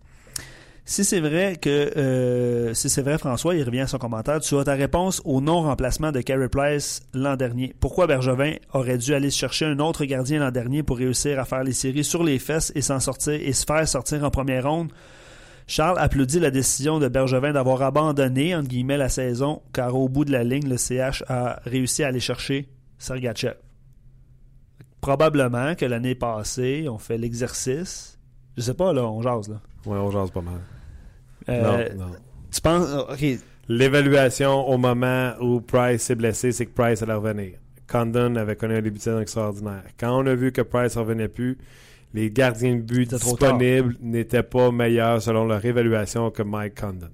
Si c'est vrai que euh, si c'est vrai, François, il revient à son commentaire, tu as ta réponse au non-remplacement de Carey Price l'an dernier. Pourquoi Bergevin aurait dû aller chercher un autre gardien l'an dernier pour réussir à faire les séries sur les fesses et s'en sortir et se faire sortir en première ronde? Charles applaudit la décision de Bergevin d'avoir abandonné, entre guillemets, la saison, car au bout de la ligne, le C H a réussi à aller chercher Sergachev. Probablement que l'année passée, on fait l'exercice. Je sais pas, là, on jase, là. Ouais, on jase pas mal. Euh, non, non. Tu penses... OK. L'évaluation au moment où Price s'est blessé, c'est que Price allait revenir. Condon avait connu un début de saison extraordinaire. Quand on a vu que Price ne revenait plus, les gardiens de but C'était disponibles n'étaient pas meilleurs selon leur évaluation que Mike Condon.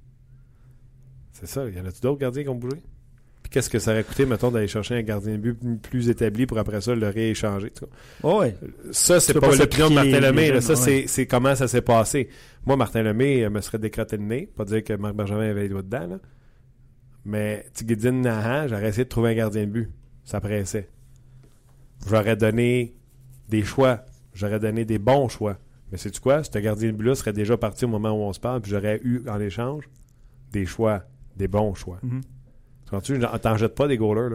C'est ça. Il y en a-tu d'autres gardiens qui ont bougé? Puis qu'est-ce que ça aurait coûté, mettons, d'aller chercher un gardien de but plus établi pour après ça le rééchanger? Oh ouais. Ça, c'est tu pas, pas l'opinion de Martin les, Lemay. les là. Ça, ouais. c'est, c'est comment ça s'est passé. Moi, Martin Lemay euh, me serait décroté le nez. Pas dire que Marc Bergevin avait les doigts dedans. Là. Mais Tigidin Nahan, j'aurais essayé de trouver un gardien de but. Ça pressait. J'aurais donné des choix. J'aurais donné des bons choix. Mais sais-tu quoi? Ce gardien de but-là serait déjà parti au moment où on se parle, puis j'aurais eu en échange des choix, des bons choix. Mm-hmm. Tu t'en jettes pas des goalers, là.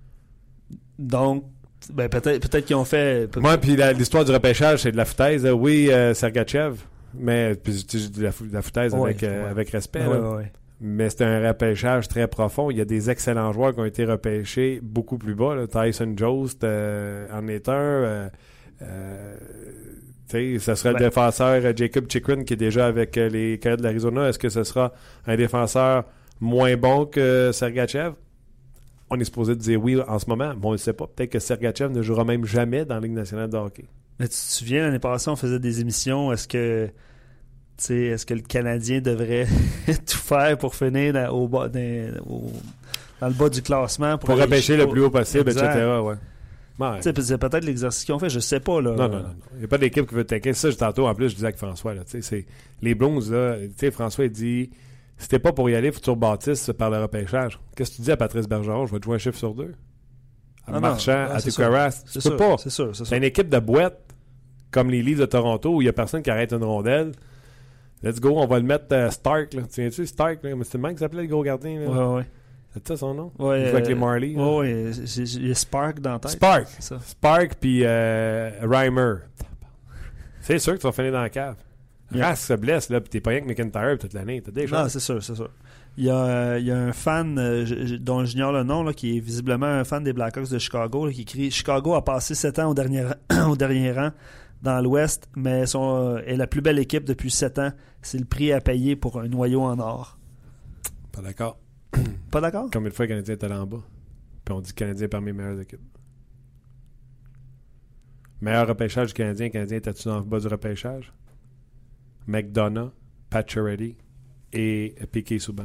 Donc, ben peut-être, peut-être qu'ils ont fait... Peut-être... Moi, puis la, l'histoire du repêchage, c'est de la foutaise. Oui, euh, Sergachev, mais puis tu dis de la, de la foutaise ouais, avec, euh, ouais. avec respect. Ouais, là. ouais, ouais. Mais c'est un repêchage très profond. Il y a des excellents joueurs qui ont été repêchés beaucoup plus bas. Là. Tyson Jost euh, en est un. Euh, euh, tu sais, ce sera ouais. le défenseur euh, Jacob Chikrin qui est déjà avec euh, les Coyotes de l'Arizona. Est-ce que ce sera un défenseur moins bon que Sergachev? On est supposé dire oui en ce moment, mais on ne sait pas. Peut-être que Sergachev ne jouera même jamais dans la Ligue nationale de hockey. Mais tu te souviens, l'année passée, on faisait des émissions. Est-ce que, est-ce que le Canadien devrait tout faire pour finir dans, au bas, dans, au, dans le bas du classement? Pour, pour repêcher le plus haut possible, exact. et cetera. Ouais. Ouais. C'est peut-être l'exercice qu'ils ont fait, je sais pas. Là. Non, non, non. Il n'y a pas d'équipe qui veut t'inquiéter. Ça, tantôt, en plus, je disais avec François. Là, c'est, les Blues, là, François, il dit... Si t'es pas pour y aller, il faut que tu rebâtisses par le repêchage. Qu'est-ce que tu dis à Patrice Bergeron? Je vais te jouer un chiffre sur deux. À non, Marchand, non, à Tucaras. Tu peux sûr, pas. C'est sûr, c'est sûr. C'est une équipe de boîtes comme les Leafs de Toronto où il n'y a personne qui arrête une rondelle. Let's go, on va le mettre uh, Stark. Là. Tu viens-tu Stark? Là? Mais c'est le même qui s'appelait le gros gardien. Là. Ouais, ouais. C'est ça son nom? Ouais. Il joue avec les Marlies. Ouais, ouais. Il y a Spark dans la tête. Spark. C'est ça. Spark puis euh, Reimer. C'est sûr que tu vas finir dans la cave. Yeah. Rask se blesse, là, puis t'es pas rien que McIntyre toute l'année. T'as des choses. Non, c'est sûr, c'est sûr. Il y a, euh, il y a un fan euh, je, dont j'ignore le nom, là, qui est visiblement un fan des Blackhawks de Chicago, là, qui écrit « Chicago a passé sept ans au dernier, au dernier rang dans l'Ouest, mais sont, euh, est la plus belle équipe depuis sept ans. C'est le prix à payer pour un noyau en or. » Pas d'accord. Pas d'accord? Combien de fois le Canadien est allé en bas? Puis on dit que le Canadien est parmi les meilleures équipes. Meilleur repêchage du Canadien. Le Canadien était-tu dans le bas du repêchage? McDonough, Pacioretty et Piquet Souban.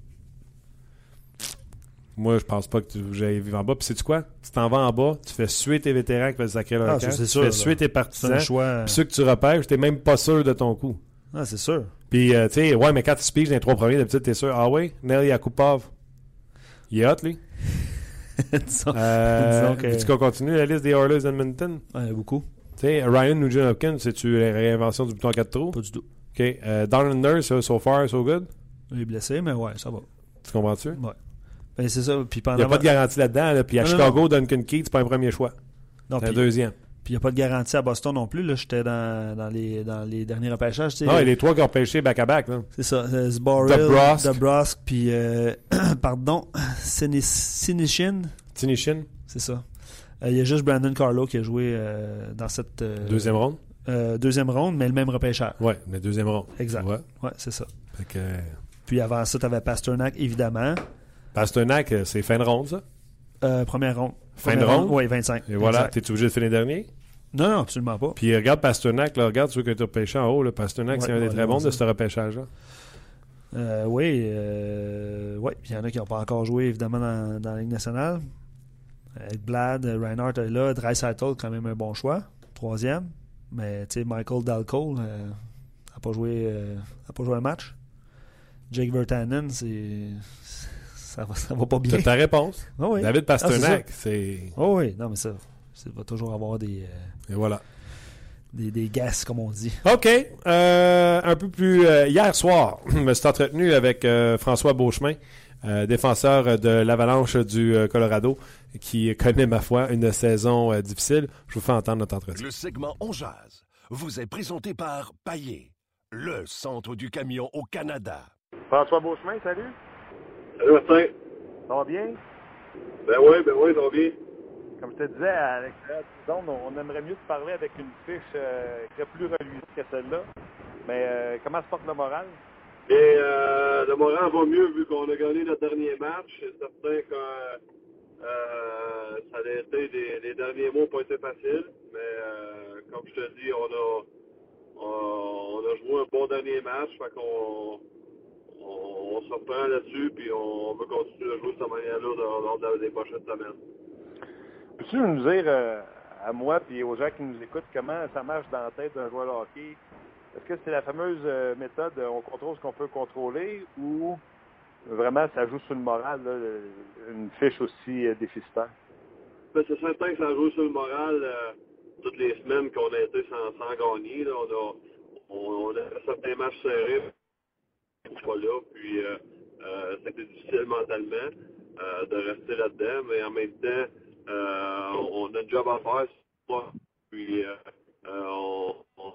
Moi, je pense pas que tu j'aille vivre en bas. Puis sais-tu quoi? Tu t'en vas en bas, tu fais suer tes vétérans qui veulent sacrer leur ah, camp, tu sûr, fais suer tes partisans. Choix... Puis ceux que tu repêches, t'es même pas sûr de ton coup. Ah, c'est sûr. Puis, euh, tu sais, ouais, mais quand tu speaks dans les trois premiers, d'habitude, t'es sûr. Ah oui? Nelly Yakupov. Il est hot, lui. disons, Euh, disons que... Veux-tu qu'on continue la liste des Oilers d'Edmonton? Ouais, beaucoup. Tu sais, Ryan Nugent-Hopkins, c'est-tu la réinvention du bouton à quatre trous? Pas du tout. OK. Euh, Darren Nurse, so far, so good? Il est blessé, mais ouais, ça va. Tu comprends-tu? Ouais. Ben, c'est ça. Puis pendant Il n'y a pas de garantie là-dedans. Là. Puis à non, Chicago, non, non. Duncan Keith, c'est pas un premier choix. Non, c'est un puis, deuxième. Puis il n'y a pas de garantie à Boston non plus. Là. J'étais dans, dans, les, dans les derniers repêchages. Tu sais, Ah, et les trois qui ont pêché back-à-back. Là. C'est ça. Euh, Zboril, Dobrosk. Dobrosk, puis euh, pardon, Sinishin. Tinishin. C'est ça. Euh, il y a juste Brandon Carlo qui a joué euh, dans cette... Euh, Deuxième ronde. Euh, deuxième ronde, mais le même repêchage. Ouais, mais deuxième ronde. Exact. Ouais, ouais c'est ça. Fait que... Puis avant ça, tu avais Pasternak, évidemment. Pasternak, c'est fin de ronde, ça? Euh, première ronde. Fin première de ronde? Oui, vingt-cinq. Et voilà, exact. t'es obligé de finir dernier? Non, non, absolument pas. Puis regarde Pasternak, là, regarde ceux que tu as repêchés en haut. Là. Pasternak, ouais, c'est un des ouais, très bons ouais, de ce repêchage-là. Euh, oui, euh, ouais. Puis il y en a qui n'ont pas encore joué, évidemment, dans, dans la Ligue nationale. Ekblad, Reinhardt est là. Draisaitl, quand même un bon choix. Troisième. Mais, tu sais, Michael Dalcole n'a euh, pas joué euh, a pas joué un match. Jake Virtanen, c'est... Ça va, ça va pas bien. C'est ta réponse. Oh oui. David Pasternak, ah, c'est... Oh oui, non, mais ça, ça va toujours avoir des... Euh, Et voilà. Des, des gasses, comme on dit. OK. Euh, un peu plus... Euh, hier soir, je me suis entretenu avec euh, François Beauchemin, euh, défenseur de l'Avalanche du euh, Colorado, qui connaît, ma foi, une saison euh, difficile. Je vous fais entendre notre entretien. Le segment On Jase vous est présenté par Paillé, le centre du camion au Canada. François Beauchemin, salut. Salut Martin. Ça va bien? Ben oui, ben oui, ça va bien. Comme je te disais, à l'extérieur du zone, on aimerait mieux te parler avec une fiche euh, qui est plus reluisante que celle-là. Mais euh, comment se porte le moral? Et euh, le moral va mieux vu qu'on a gagné notre dernier match. C'est certain que euh, ça a été des, les derniers mots n'ont pas été faciles. Mais euh, comme je te dis, on a on, on a joué un bon dernier match. Fait qu'on on, on se reprend là-dessus puis on veut continuer à jouer de cette manière-là lors des prochaines semaines. Peux-tu nous dire, euh, à moi et aux gens qui nous écoutent, comment ça marche dans la tête d'un joueur de hockey? Est-ce que c'est la fameuse euh, méthode euh, on contrôle ce qu'on peut contrôler ou vraiment ça joue sur le moral, là, une fiche aussi euh, déficitaire? Ben, c'est certain que ça joue sur le moral euh, toutes les semaines qu'on a été sans, sans gagner. Là, on, a, on, on a certains matchs serrés, pas là, puis euh, euh, c'était difficile mentalement euh, de rester là-dedans, mais en même temps, euh, on a un job à faire, puis euh, euh, on, on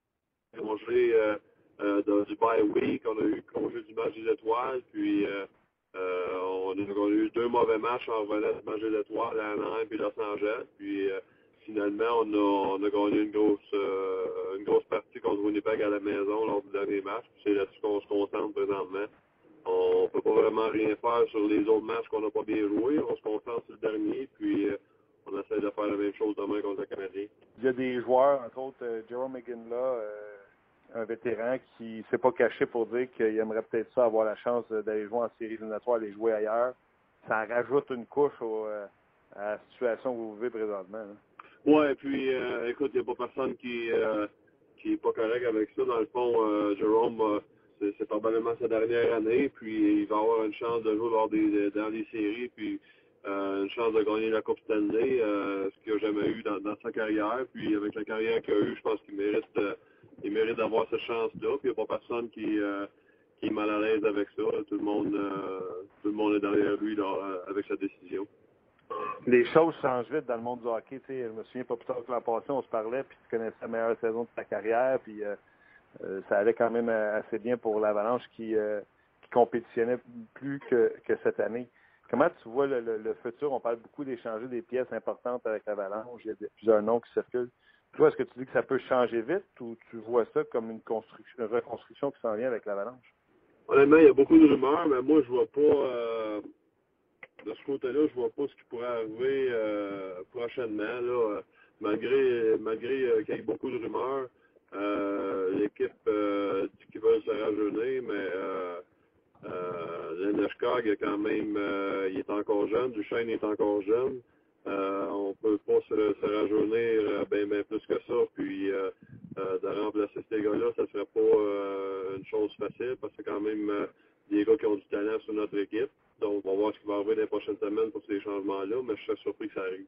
congé euh, euh, dans du bye week, on a eu congé du match des étoiles, puis euh, euh, on, a, on a eu deux mauvais matchs en revenant du match des étoiles à Anaheim puis Los Angeles, puis euh, finalement on a, on a gagné une grosse euh, une grosse partie contre Winnipeg à la maison lors du dernier match, puis c'est là-dessus qu'on se concentre présentement. On peut pas vraiment rien faire sur les autres matchs qu'on n'a pas bien joué, on se concentre sur le dernier, puis euh, on essaie de faire la même chose demain contre le Canadien. Il y a des joueurs, entre autres euh, Jerome McGinley, euh, un vétéran qui ne s'est pas caché pour dire qu'il aimerait peut-être ça avoir la chance d'aller jouer en séries éliminatoires, aller jouer ailleurs. Ça rajoute une couche au, euh, à la situation que vous vivez présentement. Hein. Ouais, puis euh, écoute, il n'y a pas personne qui euh, qui est pas correct avec ça. Dans le fond, euh, Jerome, euh, c'est, c'est probablement sa dernière année, puis il va avoir une chance de jouer lors des, dans les séries, puis euh, une chance de gagner la Coupe Stanley, euh, ce qu'il n'a jamais eu dans, dans sa carrière. Puis avec la carrière qu'il a eue, je pense qu'il mérite euh, il mérite d'avoir cette chance-là. Puis il n'y a pas personne qui, euh, qui est mal à l'aise avec ça. Tout le monde euh, tout le monde est derrière lui là, avec sa décision. Les choses changent vite dans le monde du hockey. T'sais, je me souviens pas plus tard que l'an passé, on se parlait, puis tu connaissais la meilleure saison de ta carrière, puis euh, euh, ça allait quand même assez bien pour l'Avalanche qui, euh, qui compétitionnait plus que, que cette année. Comment tu vois le, le, le futur? On parle beaucoup d'échanger des pièces importantes avec l'Avalanche. Il y a plusieurs noms qui circulent. Toi, est-ce que tu dis que ça peut changer vite ou tu vois ça comme une, construction, une reconstruction qui s'en vient avec l'Avalanche? Honnêtement, il y a beaucoup de rumeurs, mais moi, je vois pas... Euh... De ce côté-là, je vois pas ce qui pourrait arriver euh, prochainement. Là, malgré malgré euh, qu'il y ait beaucoup de rumeurs, euh, l'équipe euh, dit qu'ils veulent se rajeunir, mais euh, euh, Landeskog est quand même, euh, il est encore jeune, Duchesne est encore jeune. Euh, on peut pas se, se rajeunir bien ben plus que ça, puis euh, euh, de remplacer ces gars-là, ça serait pas euh, une chose facile, parce que c'est quand même euh, des gars qui ont du talent sur notre équipe. Donc, on va voir ce qui va arriver les prochaines semaines pour ces changements-là, mais je serais surpris que ça arrive.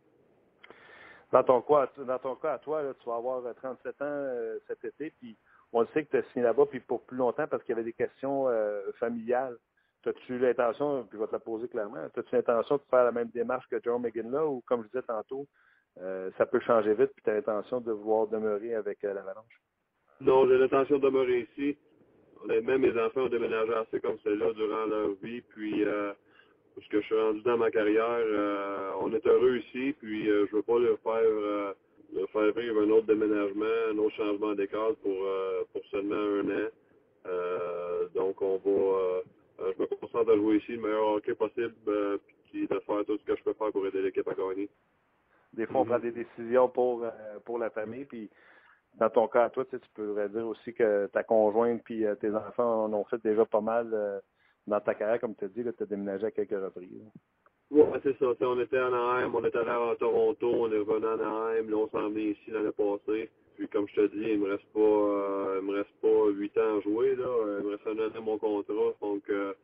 Dans ton cas, dans ton cas à toi, là, tu vas avoir trente-sept ans euh, cet été, puis on le sait que tu as signé là-bas puis pour plus longtemps parce qu'il y avait des questions euh, familiales. As-tu l'intention, puis je vais te la poser clairement, as-tu l'intention de faire la même démarche que Joe McGinley ou, comme je disais tantôt, euh, ça peut changer vite, puis tu as l'intention de vouloir demeurer avec euh, l'Avalanche? Non, j'ai l'intention de demeurer ici. Honnêtement, mes enfants ont déménagé assez comme cela durant leur vie, puis euh, parce que je suis rendu dans ma carrière, euh, on est heureux ici, puis euh, je veux pas leur faire, euh, leur faire vivre un autre déménagement, un autre changement d'écart pour, euh, pour seulement un an. Euh, donc, on va, euh, je me concentre à jouer ici le meilleur hockey possible, euh, puis de faire tout ce que je peux faire pour aider l'équipe à gagner. Des fois, on prend des décisions pour, euh, pour la famille, puis dans ton cas, à toi, tu sais, tu pourrais dire aussi que ta conjointe puis euh, tes enfants en ont fait déjà pas mal euh, dans ta carrière, comme tu as dit, tu as déménagé à quelques reprises. Oui, c'est ça. T'sais, on était à Anaheim, on était allé à Toronto, on est revenu à Anaheim, là on s'en est ici l'année passée. Puis comme je te dis, il me reste pas euh, il me reste pas huit ans à jouer, là. Il me reste un an à mon contrat. Donc euh,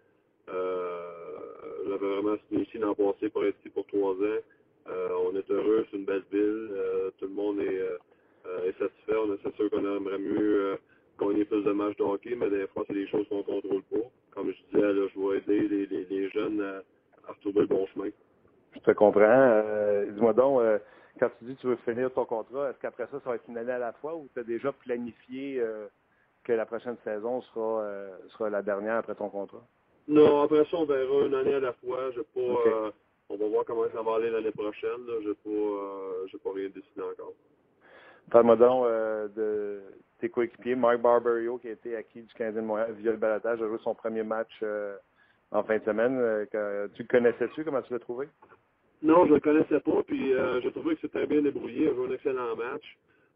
euh, j'avais vraiment signé ici l'an passé pour être ici pour trois ans. Euh, on est heureux, c'est une belle ville. Euh, tout le monde est, euh, est satisfait. On est c'est sûr qu'on aimerait mieux euh, gagner plus de matchs de hockey, mais des fois c'est des choses qu'on ne contrôle pas. Comme je disais, là, je vais aider les, les, les jeunes à à retrouver le bon chemin. Je te comprends. Euh, dis-moi donc, euh, quand tu dis que tu veux finir ton contrat, est-ce qu'après ça, ça va être une année à la fois ou tu as déjà planifié euh, que la prochaine saison sera, euh, sera la dernière après ton contrat? Non, après ça, on verra une année à la fois. J'ai pas, Okay. euh, on va voir comment ça va aller l'année prochaine. Je n'ai pas, euh, j'ai pas rien décidé encore. Parle-moi donc euh, de tes coéquipiers. Mark Barberio, qui a été acquis du Canadien de Montréal via le balotage, a joué son premier match euh, en fin de semaine. Euh, que, tu le connaissais-tu? Comment tu l'as trouvé? Non, je ne le connaissais pas, puis euh, j'ai trouvé que c'était bien débrouillé. Il a joué un excellent match.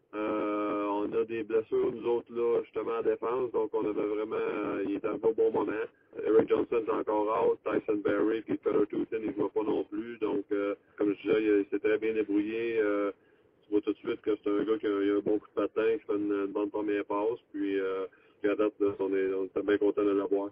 Euh, on a des blessures, nous autres, là, justement, en défense, donc on avait vraiment, euh, il est arrivé au bon moment. Eric Johnson est encore out, Tyson Barrie, puis Cutter Tootin, il ne joue pas non plus. Donc, euh, comme je disais, il, il s'est très bien débrouillé. Euh, tu vois tout de suite que c'est un gars qui a, il a un bon coup de patin, qui fait une, une bonne première passe, puis, euh, puis à date, là, on, est, on était bien content de l'avoir.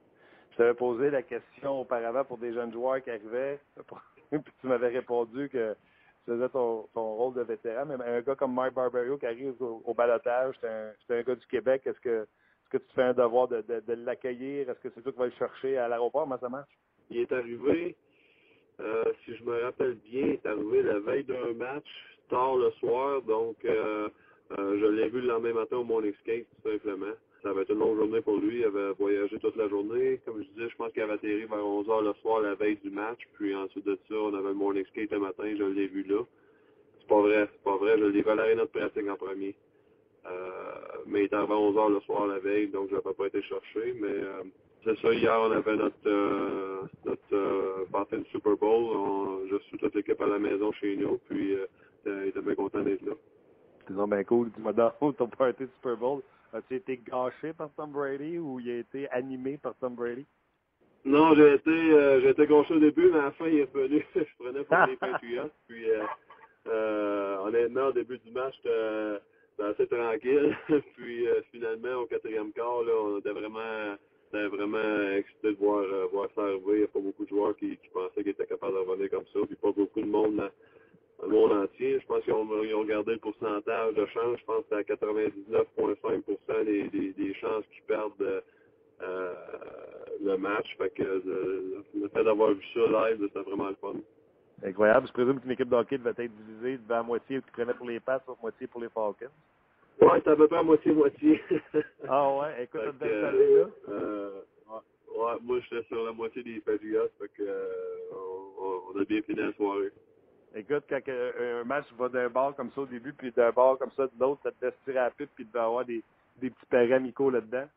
Je t'avais posé la question auparavant pour des jeunes joueurs qui arrivaient, puis tu m'avais répondu que tu faisais ton, ton rôle de vétéran, mais un gars comme Mark Barberio qui arrive au, au balotage, c'est un, c'est un gars du Québec, est-ce que, est-ce que tu te fais un devoir de, de, de l'accueillir? Est-ce que c'est toi qui vas le chercher à l'aéroport? Comment ça marche? Il est arrivé, euh, si je me rappelle bien, il est arrivé la veille d'un match, tard le soir, donc euh, euh, je l'ai vu le lendemain matin au morning skate, tout simplement. Ça avait été une longue journée pour lui, il avait voyagé toute la journée. Comme je disais, je pense qu'il avait atterri vers onze heures le soir la veille du match, puis ensuite de ça, on avait le morning skate le matin, je l'ai vu là. C'est pas vrai, c'est pas vrai, je l'ai vu à l'aréna de pratique en premier. Euh, mais il est arrivé à onze heures le soir la veille, donc je n'avais pas été chercher, mais euh, c'est ça, hier on avait notre euh, notre euh, party du Super Bowl, on, je suis toute l'équipe à la maison chez nous, puis euh, il était bien content d'être là. C'est donc bien cool. Dis-moi donc, ton party du Super Bowl, as-tu été gâché par Tom Brady ou il a été animé par Tom Brady? Non, j'ai été euh, j'ai été gauche au début, mais à la fin il est revenu, je prenais pour les Patriots, puis euh, euh, honnêtement au début du match j'étais C'était assez tranquille. Puis euh, finalement, au quatrième quart, là, on était vraiment, était vraiment excités de voir, euh, voir ça arriver. Il n'y a pas beaucoup de joueurs qui, qui pensaient qu'ils étaient capables de revenir comme ça. Puis pas beaucoup de monde dans, dans le monde entier. Je pense qu'ils ont, ils ont regardé le pourcentage de chance. Je pense que c'était à quatre-vingt-dix-neuf virgule cinq pour cent des, des, des chances qu'ils perdent euh, le match. Fait que euh, le fait d'avoir vu ça live, c'était vraiment le fun. Incroyable. Je présume qu'une équipe de hockey devait être divisée devant la moitié qui prenait pour les Pats, l'autre moitié pour les Falcons. Ouais, c'est à peu près à moitié-moitié. Ah ouais? Écoute, ça devait euh, aller là. Euh, ouais, ouais, moi, j'étais sur la moitié des Patriots, fait que euh, on, on a bien fini la soirée. Écoute, quand un match va d'un bord comme ça au début, puis d'un bord comme ça de l'autre, ça te laisse tirer à la pipe, puis il devait avoir des, des petits paris amicaux là-dedans.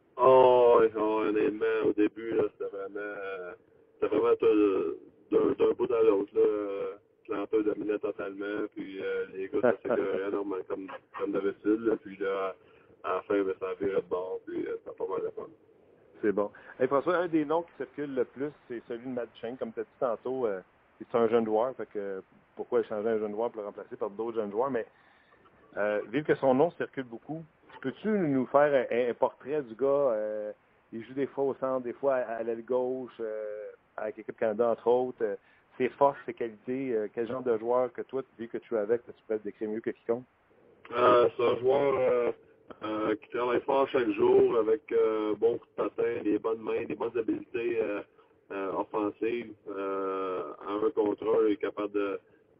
Oh, ouais, oh, honnêtement, au début, là, c'était vraiment, euh, c'était vraiment d'un, d'un bout à l'autre, là. Atlanta dominait totalement, puis euh, les gars, ça s'écœurait normal, comme, comme d'habitude, là, puis là, à la fin, ben, ça virait de bord, puis euh, c'était pas mal de fun. C'est bon. Hey, François, un des noms qui circule le plus, c'est celui de Matt Duchene. Comme tu as dit tantôt, euh, c'est un jeune joueur, fait que pourquoi échanger un jeune joueur pour le remplacer par d'autres jeunes joueurs, mais euh, vu que son nom circule beaucoup, peux-tu nous faire un, un portrait du gars? Euh, il joue des fois au centre, des fois à, à l'aile gauche. Euh, avec l'équipe Canada, entre autres, euh, ses forces, ses qualités, euh, quel genre de joueur que toi, vu que tu es avec, que tu pourrais te décrire mieux que quiconque? Euh, c'est un joueur euh, euh, qui travaille fort chaque jour avec euh, bon coup de patin, des bonnes mains, des bonnes habiletés euh, euh, offensives. Euh, en un contre un, il est capable de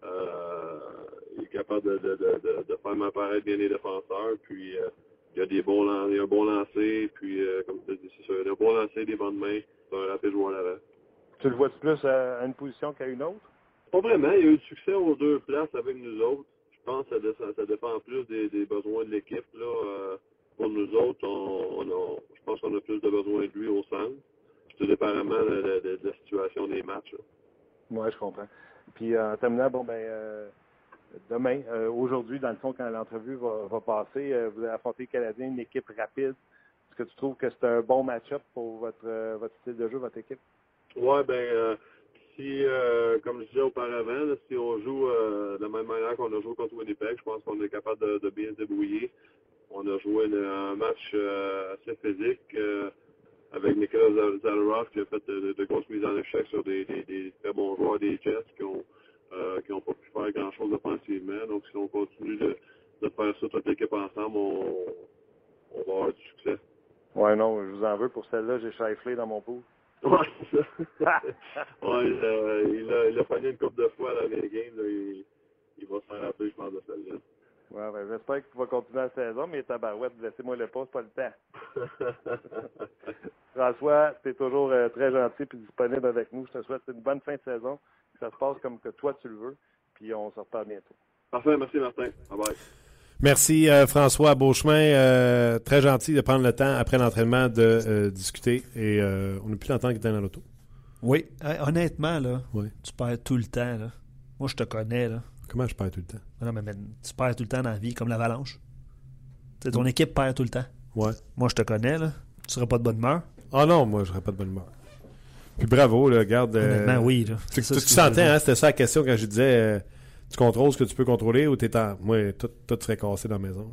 euh, il est capable de, de, de, de, de faire apparaître bien les défenseurs. Puis euh, il y a des bons lan- il y a un bon lancer, puis euh, comme tu as dit, c'est ça, il y a un bon lancer, des bonnes mains, c'est un rapide joueur l'avant. Tu le vois-tu plus à, à une position qu'à une autre? Pas vraiment, il y a eu du succès aux deux places avec nous autres. Je pense que ça, ça, ça dépend plus des, des besoins de l'équipe. Là. Euh, pour nous autres, on, on a, je pense qu'on a plus de besoin de lui au centre. Tout dépendamment de, de, de, de la situation des matchs. Oui, je comprends. Puis en terminant, bon ben euh, demain, euh, aujourd'hui, dans le fond, quand l'entrevue va, va passer, euh, vous allez affronter les Canadiens, une équipe rapide. Est-ce que tu trouves que c'est un bon match-up pour votre, euh, votre style de jeu, votre équipe? Oui, ben euh, si, euh, comme je disais auparavant, là, si on joue euh, de la même manière qu'on a joué contre Winnipeg, je pense qu'on est capable de, de bien se débrouiller. On a joué une, un match euh, assez physique euh, avec Nicolas Zaleroff qui a fait de, de, de grosses mises en échec sur des, des, des très bons joueurs des Jets qui ont euh, qui n'ont pas pu faire grand-chose offensivement. Donc, si on continue de, de faire ça toute l'équipe ensemble, on, on va avoir du succès. Ouais, non, je vous en veux pour celle-là. J'ai Scheifele dans mon pot. Ouais, c'est ça. ouais, euh, il a, il a pogné une couple de fois dans les games. Là, il, il va se faire rappeler, je pense, de celle-là. Ouais, ben, j'espère qu'il va continuer la saison, mais tabarouette, laissez-moi le pas, c'est pas le temps. François, tu es toujours euh, très gentil et disponible avec nous. Je te souhaite une bonne fin de saison. Que ça se passe comme que toi tu le veux. Puis on se reparle bientôt. Parfait, merci Martin. Bye bye. Merci euh, François Beauchemin. Euh, très gentil de prendre le temps après l'entraînement de euh, discuter. Et euh, on n'a plus longtemps qu'il était dans l'auto. Oui, hey, honnêtement, là, Oui. tu perds tout le temps. Là. Moi, je te connais. Là. Comment je perds tout le temps? Non, mais, mais tu perds tout le temps dans la vie, comme l'Avalanche. T'sais, ton équipe perd tout le temps. Ouais. Moi, je te connais. Là. Tu seras pas de bonne humeur. Ah non, moi, je serais pas de bonne humeur. Puis bravo, là, regarde. Honnêtement, euh, oui. Là. Tu, ça, tu, tu sentais, hein, c'était ça la question quand je disais euh, tu contrôles ce que tu peux contrôler ou t'es en. Moi, tout, tout serait cassé dans la maison.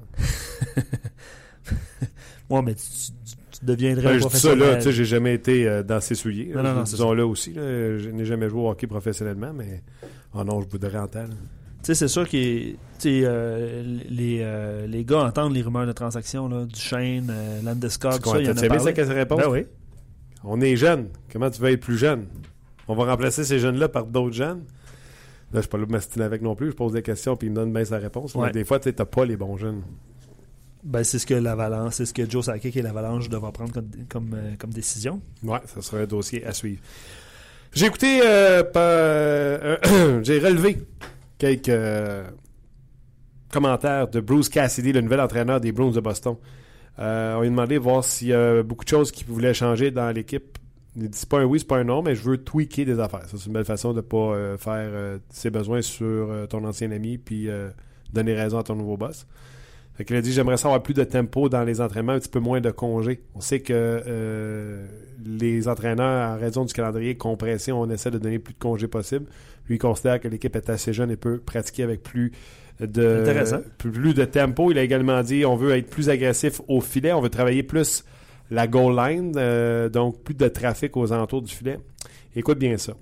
Moi, mais tu, tu, tu deviendrais Ben, un je dis ça, là, professionnel. tu sais, j'ai jamais été euh, dans ses souliers. Non, non, non, c'est disons-le aussi. Là, je n'ai jamais joué au hockey professionnellement, mais. Oh non, je bouderais en temps. Tu sais, c'est sûr que euh, les, euh, les gars entendent les rumeurs de transactions, là, Duchesne, euh, Landeskog, tout ça, il y en a T'as aimé parlé. cette réponse? Ben oui. On est jeunes. Comment tu veux être plus jeune? On va remplacer ces jeunes-là par d'autres jeunes? Là, je ne suis pas là pour m'astiner avec non plus. Je pose des questions puis il me donne bien sa réponse. Ouais. Mais des fois, tu n'as pas les bons jeunes. Ben, c'est ce que l'Avalanche, c'est ce que Joe Sakic et l'Avalanche devraient prendre comme, comme, euh, comme décision. Ouais, ça sera un dossier à suivre. J'ai écouté, euh, par, euh, j'ai relevé quelques euh, commentaires de Bruce Cassidy, le nouvel entraîneur des Bruins de Boston. Euh, on lui a demandé de voir s'il y a beaucoup de choses qui voulaient changer dans l'équipe. Il dit c'est pas un oui, c'est pas un non, mais je veux tweaker des affaires. Ça, c'est une belle façon de ne pas euh, faire euh, ses besoins sur euh, ton ancien ami puis euh, donner raison à ton nouveau boss. Fait qu'il a dit j'aimerais savoir plus de tempo dans les entraînements, un petit peu moins de congés. On sait que euh, les entraîneurs, en raison du calendrier compression, on essaie de donner plus de congés possible. Lui, il considère que l'équipe est assez jeune et peut pratiquer avec plus de, Intéressant. plus, plus de tempo. Il a également dit on veut être plus agressif au filet, on veut travailler plus la goal line, euh, donc plus de trafic aux alentours du filet. Écoute bien ça.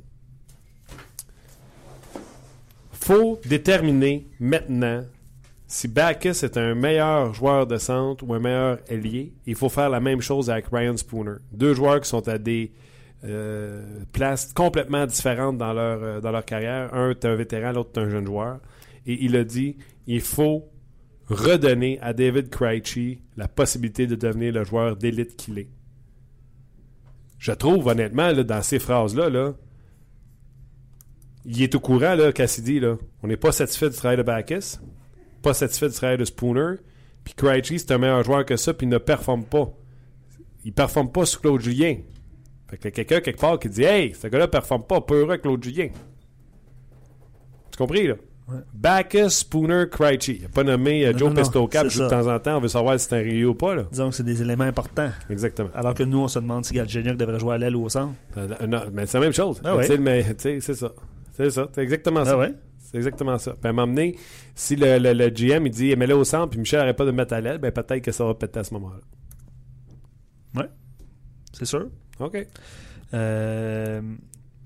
Faut déterminer maintenant si Backes est un meilleur joueur de centre ou un meilleur ailier. Il faut faire la même chose avec Ryan Spooner. Deux joueurs qui sont à des euh, places complètement différentes dans leur, euh, dans leur carrière. Un est un vétéran, l'autre est un jeune joueur. Et il a dit, il faut redonner à David Krejci la possibilité de devenir le joueur d'élite qu'il est. Je trouve, honnêtement, là, dans ces phrases-là, là, il est au courant, là, Cassidy. Là. On n'est pas satisfait du travail de Backes, pas satisfait du travail de Spooner, puis Krejci, c'est un meilleur joueur que ça, puis il ne performe pas. Il ne performe pas sous Claude Julien. Fait que quelqu'un, quelque part, qui dit « Hey, ce gars-là ne performe pas, peu heureux Claude Julien. » Tu compris, là? Ouais. Backes, Spooner, Krejci. Il n'a pas nommé euh, non, Joe non, Pestocap non, de temps en temps. On veut savoir si c'est un Rio ou pas. Là. Disons que c'est des éléments importants. Exactement. Alors que nous, on se demande si Galchenyuk devrait jouer à l'aile ou au centre. Euh, non, mais c'est la même chose. Ah ouais. Mais c'est ça. C'est ça. C'est exactement ça. Ah ouais. C'est exactement ça. Puis à un moment donné, si le, le, le G M il dit mets-le au centre puis Michel n'arrête pas de mettre à l'aile, ben peut-être que ça va péter à ce moment-là. Oui. C'est sûr. OK. Euh,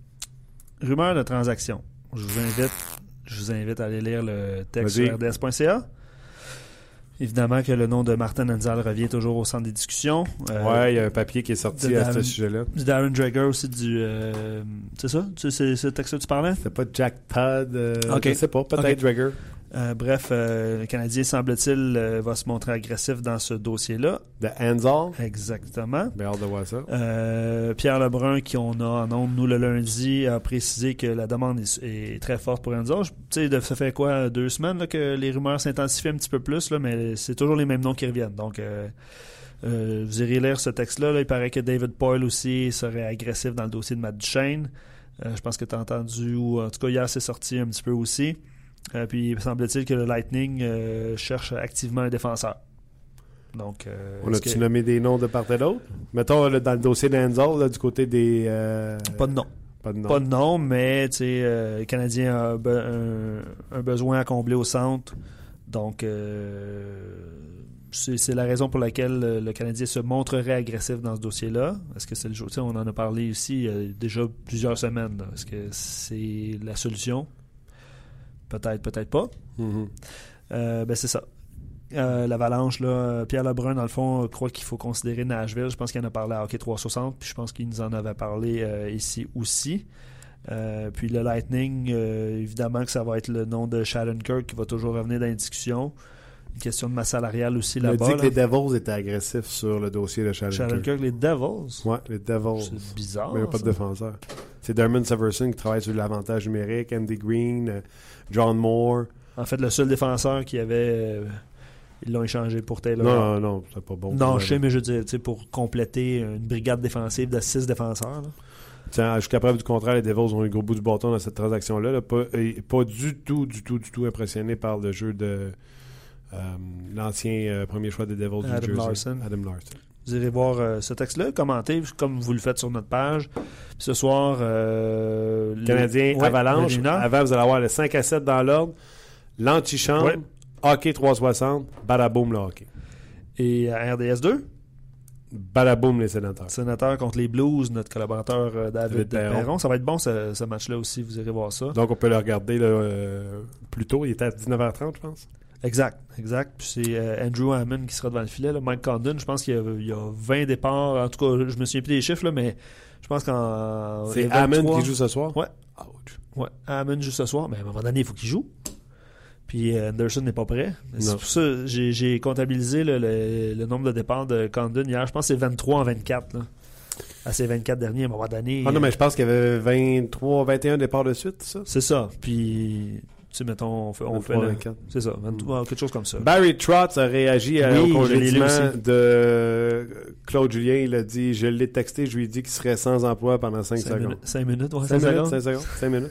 rumeur de transaction. Je vous invite, je vous invite à aller lire le texte Vas-y. sur r d s point c a. Évidemment que le nom de Martin Hanzal revient toujours au centre des discussions. Euh, ouais, il y a un papier qui est sorti de à Darren- ce sujet-là. Du Darren Dreger aussi, du... euh, c'est ça? C'est, c'est ce texte que tu parlais? C'était pas Jack Todd. Euh, Ok. Je sais pas, peut-être Ok. Drager. Euh, bref, euh, le Canadien, semble-t-il, euh, va se montrer agressif dans ce dossier-là. De Hanzal. Exactement. Bien hâte de voir ça. Euh, Pierre Lebrun, qui on a en ondes, nous, le lundi, a précisé que la demande est, est très forte pour Hanzal. Tu sais, de- ça fait quoi, deux semaines là, que les rumeurs s'intensifient un petit peu plus, là, mais c'est toujours les mêmes noms qui reviennent. Donc, euh, euh, vous irez lire ce texte-là. Là. Il paraît que David Poyle aussi serait agressif dans le dossier de Matt Duchesne. Euh, je pense que tu as entendu, ou en tout cas, hier, c'est sorti un petit peu aussi. Euh, puis, il semble-t-il que le Lightning euh, cherche activement un défenseur. Donc, euh, On est-ce a-tu que- nommé des noms de part et d'autre? Mettons, là, dans le dossier d'Hanzal, là, du côté des... euh, Pas de nom. Pas de nom. Pas de nom, mais tu sais, euh, le Canadien a be- un, un besoin à combler au centre. Donc, euh, c'est, c'est la raison pour laquelle le, le Canadien se montrerait agressif dans ce dossier-là. Est-ce que c'est le jour? Tu sais, on en a parlé ici il y a déjà plusieurs semaines. Là. Est-ce que c'est la solution? Peut-être, peut-être pas. Mhm. Euh, ben, c'est ça. Euh, L'Avalanche, là, Pierre Lebrun, dans le fond, croit qu'il faut considérer Nashville. Je pense qu'il en a parlé à Hockey trois cent soixante, puis je pense qu'il nous en avait parlé euh, ici aussi. Euh, puis le Lightning, euh, évidemment que ça va être le nom de Shattenkirk qui va toujours revenir dans les discussions. Une question de masse salariale aussi Il a là-bas. dit que là. les Devils étaient agressifs sur le dossier de Shattenkirk. Shattenkirk, les Devils. Ouais, les Devils. C'est bizarre. Mais il n'y a pas de ça. défenseur. C'est Dermot Severson qui travaille sur l'avantage numérique, Andy Green, euh, John Moore. En fait, le seul défenseur qui avait... euh, ils l'ont échangé pour Taylor. Non, non, non, c'est pas bon. Non, Ouais, je sais, mais je veux dire, tu sais, pour compléter une brigade défensive de six défenseurs. Là. Tiens, jusqu'à preuve du contraire, les Devils ont eu le gros bout du bâton dans cette transaction-là. Là. Pas, et pas du tout, du tout, du tout impressionné par le jeu de euh, l'ancien euh, premier choix des Devils Adam du Jersey. Larson. Adam Larson. Vous irez voir euh, ce texte-là, commentez comme vous le faites sur notre page. Puis ce soir, euh, le- Canadien, ouais, Avalanche. vingt et une heures. Avant, vous allez avoir le cinq à sept dans l'ordre. L'antichambre. Ouais. Hockey trois cent soixante. Badaboum le hockey. Et à R D S deux, Badaboum les sénateurs. sénateur contre les Blues, notre collaborateur euh, David David Perron. Perron. Ça va être bon ce, ce match-là aussi, vous irez voir ça. Donc, on peut le regarder là, euh, plus tôt. Il était à dix-neuf heures trente, je pense. Exact, exact. Puis c'est euh, Andrew Hammond qui sera devant le filet. Là. Mike Condon, je pense qu'il y a, il y a vingt départs. En tout cas, je me souviens plus des chiffres, là, mais je pense qu'en... C'est les vingt-trois Hammond qui joue ce soir? Ouais. Ouch. Ouais, Hammond joue ce soir, mais à un moment donné, il faut qu'il joue. Puis euh, Anderson n'est pas prêt. C'est Non. pour ça que j'ai, j'ai comptabilisé là, le, le nombre de départs de Condon hier. Je pense que c'est vingt-trois en vingt-quatre. Là. À ces vingt-quatre derniers, à un moment donné. Ah non, mais je pense qu'il y avait vingt-trois, vingt et un départs de suite, ça? C'est ça. Puis, tu sais, mettons, on fait, on fait vingt-trois, le- vingt-quatre. c'est ça, vingt-trois, quelque chose comme ça. Barry Trotz a réagi à- Oui, au je l'ai lu congédiement aussi. de Claude Julien. Il a dit, je l'ai texté, je lui ai dit qu'il serait sans emploi pendant cinq Cinq secondes. minutes, cinq minutes, ouais, cinq cinq minutes, secondes. cinq secondes, cinq minutes.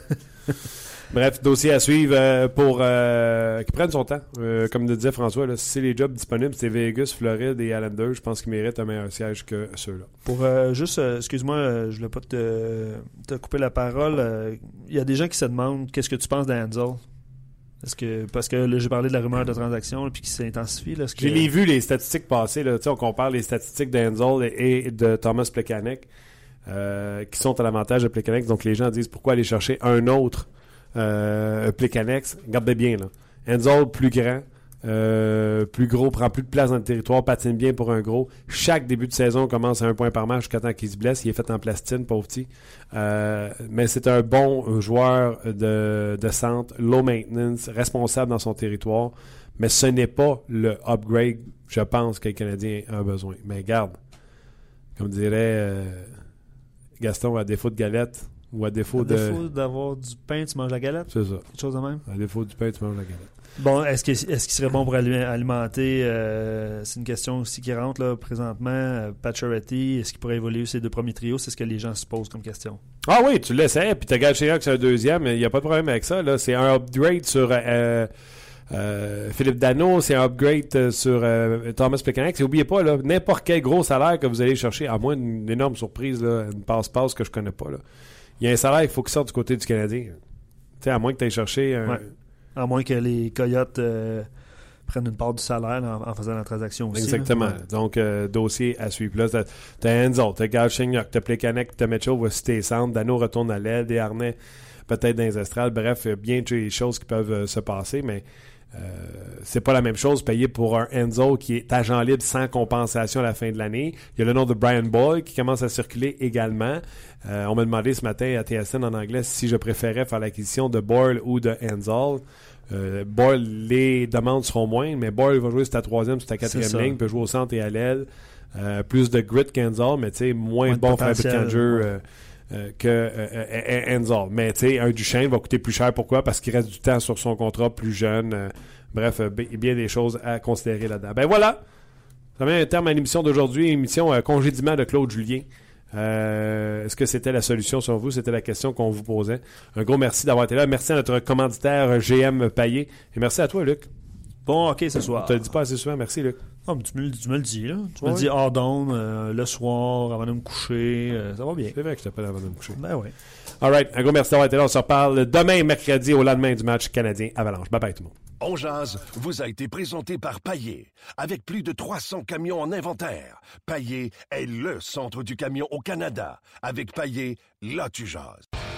Bref, dossier à suivre euh, pour euh, qu'il prenne son temps. Euh, comme le disait François, là, si c'est les jobs disponibles, c'est Vegas, Floride et Islanders. Je pense qu'ils méritent un meilleur siège que ceux-là. Pour euh, juste, euh, excuse-moi, euh, je voulais pas te, te couper la parole. euh, Il y a des gens qui se demandent qu'est-ce que tu penses d'Hanzal. Est-ce que parce que là, j'ai parlé de la rumeur de transaction là, puis qui s'intensifie. Là, est-ce que... J'ai les vu les statistiques passer. Là. Tu sais, on compare les statistiques d'Hanzal et, et de Thomas Plekanec euh, qui sont à l'avantage de Plekanec. Donc les gens disent pourquoi aller chercher un autre euh, Plekanec. Regardez bien. Là. Hanzal plus grand, euh, plus gros, prend plus de place dans le territoire, patine bien pour un gros. Chaque début de saison commence à un point par match jusqu'à temps qu'il se blesse. Il est fait en plastine, pauvre petit. Euh, mais c'est un bon joueur de, de centre, low maintenance, responsable dans son territoire. Mais ce n'est pas le upgrade, je pense, que le Canadien a besoin. Mais garde, comme dirait euh, Gaston, à défaut de galette, ou à défaut À de... défaut d'avoir du pain, tu manges la galette? C'est ça. Quelque chose de même? À défaut du pain, tu manges la galette. Bon, est-ce, que, est-ce qu'il serait bon pour ali- alimenter? Euh, c'est une question aussi qui rentre là, présentement. Euh, Pacioretty, est-ce qu'il pourrait évoluer ces deux premiers trios? C'est ce que les gens se posent comme question. Ah oui, tu l'essaies, puis tu as Chirac que c'est un deuxième, il n'y a pas de problème avec ça. Là. C'est un upgrade sur euh, euh, Philippe Danault, c'est un upgrade euh, sur euh, Thomas Plekanec. Et n'oubliez pas, là, n'importe quel gros salaire que vous allez chercher, à moins d'une énorme surprise, là, une passe-passe que je connais pas, là. Il y a un salaire qu'il faut qu'il sorte du côté du Canadien. Tu sais, à moins que tu ailles chercher un... Ouais. À moins que les Coyotes euh, prennent une part du salaire en, en faisant la transaction aussi. Exactement. Là. Donc, euh, dossier à suivre. Là, t'as, t'as Enzo, t'as Galchenyuk, t'as Plekanec, t'as Mitchell, voici tes centres. Dano retourne à l'aile, des harnais peut-être dans les estrades. Bref, bien des choses qui peuvent euh, se passer, mais euh, c'est pas la même chose payer pour un Enzo qui est agent libre sans compensation à la fin de l'année. Il y a le nom de Brian Boyle qui commence à circuler également. Euh, on m'a demandé ce matin à T S N en anglais si je préférais faire l'acquisition de Boyle ou de Enzo. Euh, Boyle, les demandes seront moindres, mais Boyle va jouer sur ta troisième, sur ta quatrième ligne, peut jouer au centre et à l'aile. Euh, plus de grit qu'Enzo, mais tu sais, moins, moins bon fabricant de jeu euh, euh, que euh, Enzo. Mais tu sais, un Duchesne va coûter plus cher. Pourquoi? Parce qu'il reste du temps sur son contrat, plus jeune. Euh, bref, euh, bien des choses à considérer là-dedans. Ben voilà! Ça met un terme à l'émission d'aujourd'hui, émission euh, congédiement de Claude Julien. Euh, est-ce que c'était la solution sur vous? C'était la question qu'on vous posait. Un gros merci d'avoir été là. Merci à notre commanditaire G M Payet. Et merci à toi, Luc. Bon, OK, ce soir. Tu ne le dis pas assez souvent. Merci, Luc. Non, mais tu me, tu me le dis, là. Tu ouais. me le dis hors d'onde, euh, le soir, avant de me coucher. Euh, ça va bien. C'est vrai que je t'appelle avant de me coucher. Ben oui. All right. Un gros merci d'avoir été là. On se reparle demain, mercredi, au lendemain du match canadien-Avalanche. Bye-bye, tout le monde. On jase vous a été présenté par Payet. Avec plus de trois cents camions en inventaire, Payet est le centre du camion au Canada. Avec Payet, là tu jases.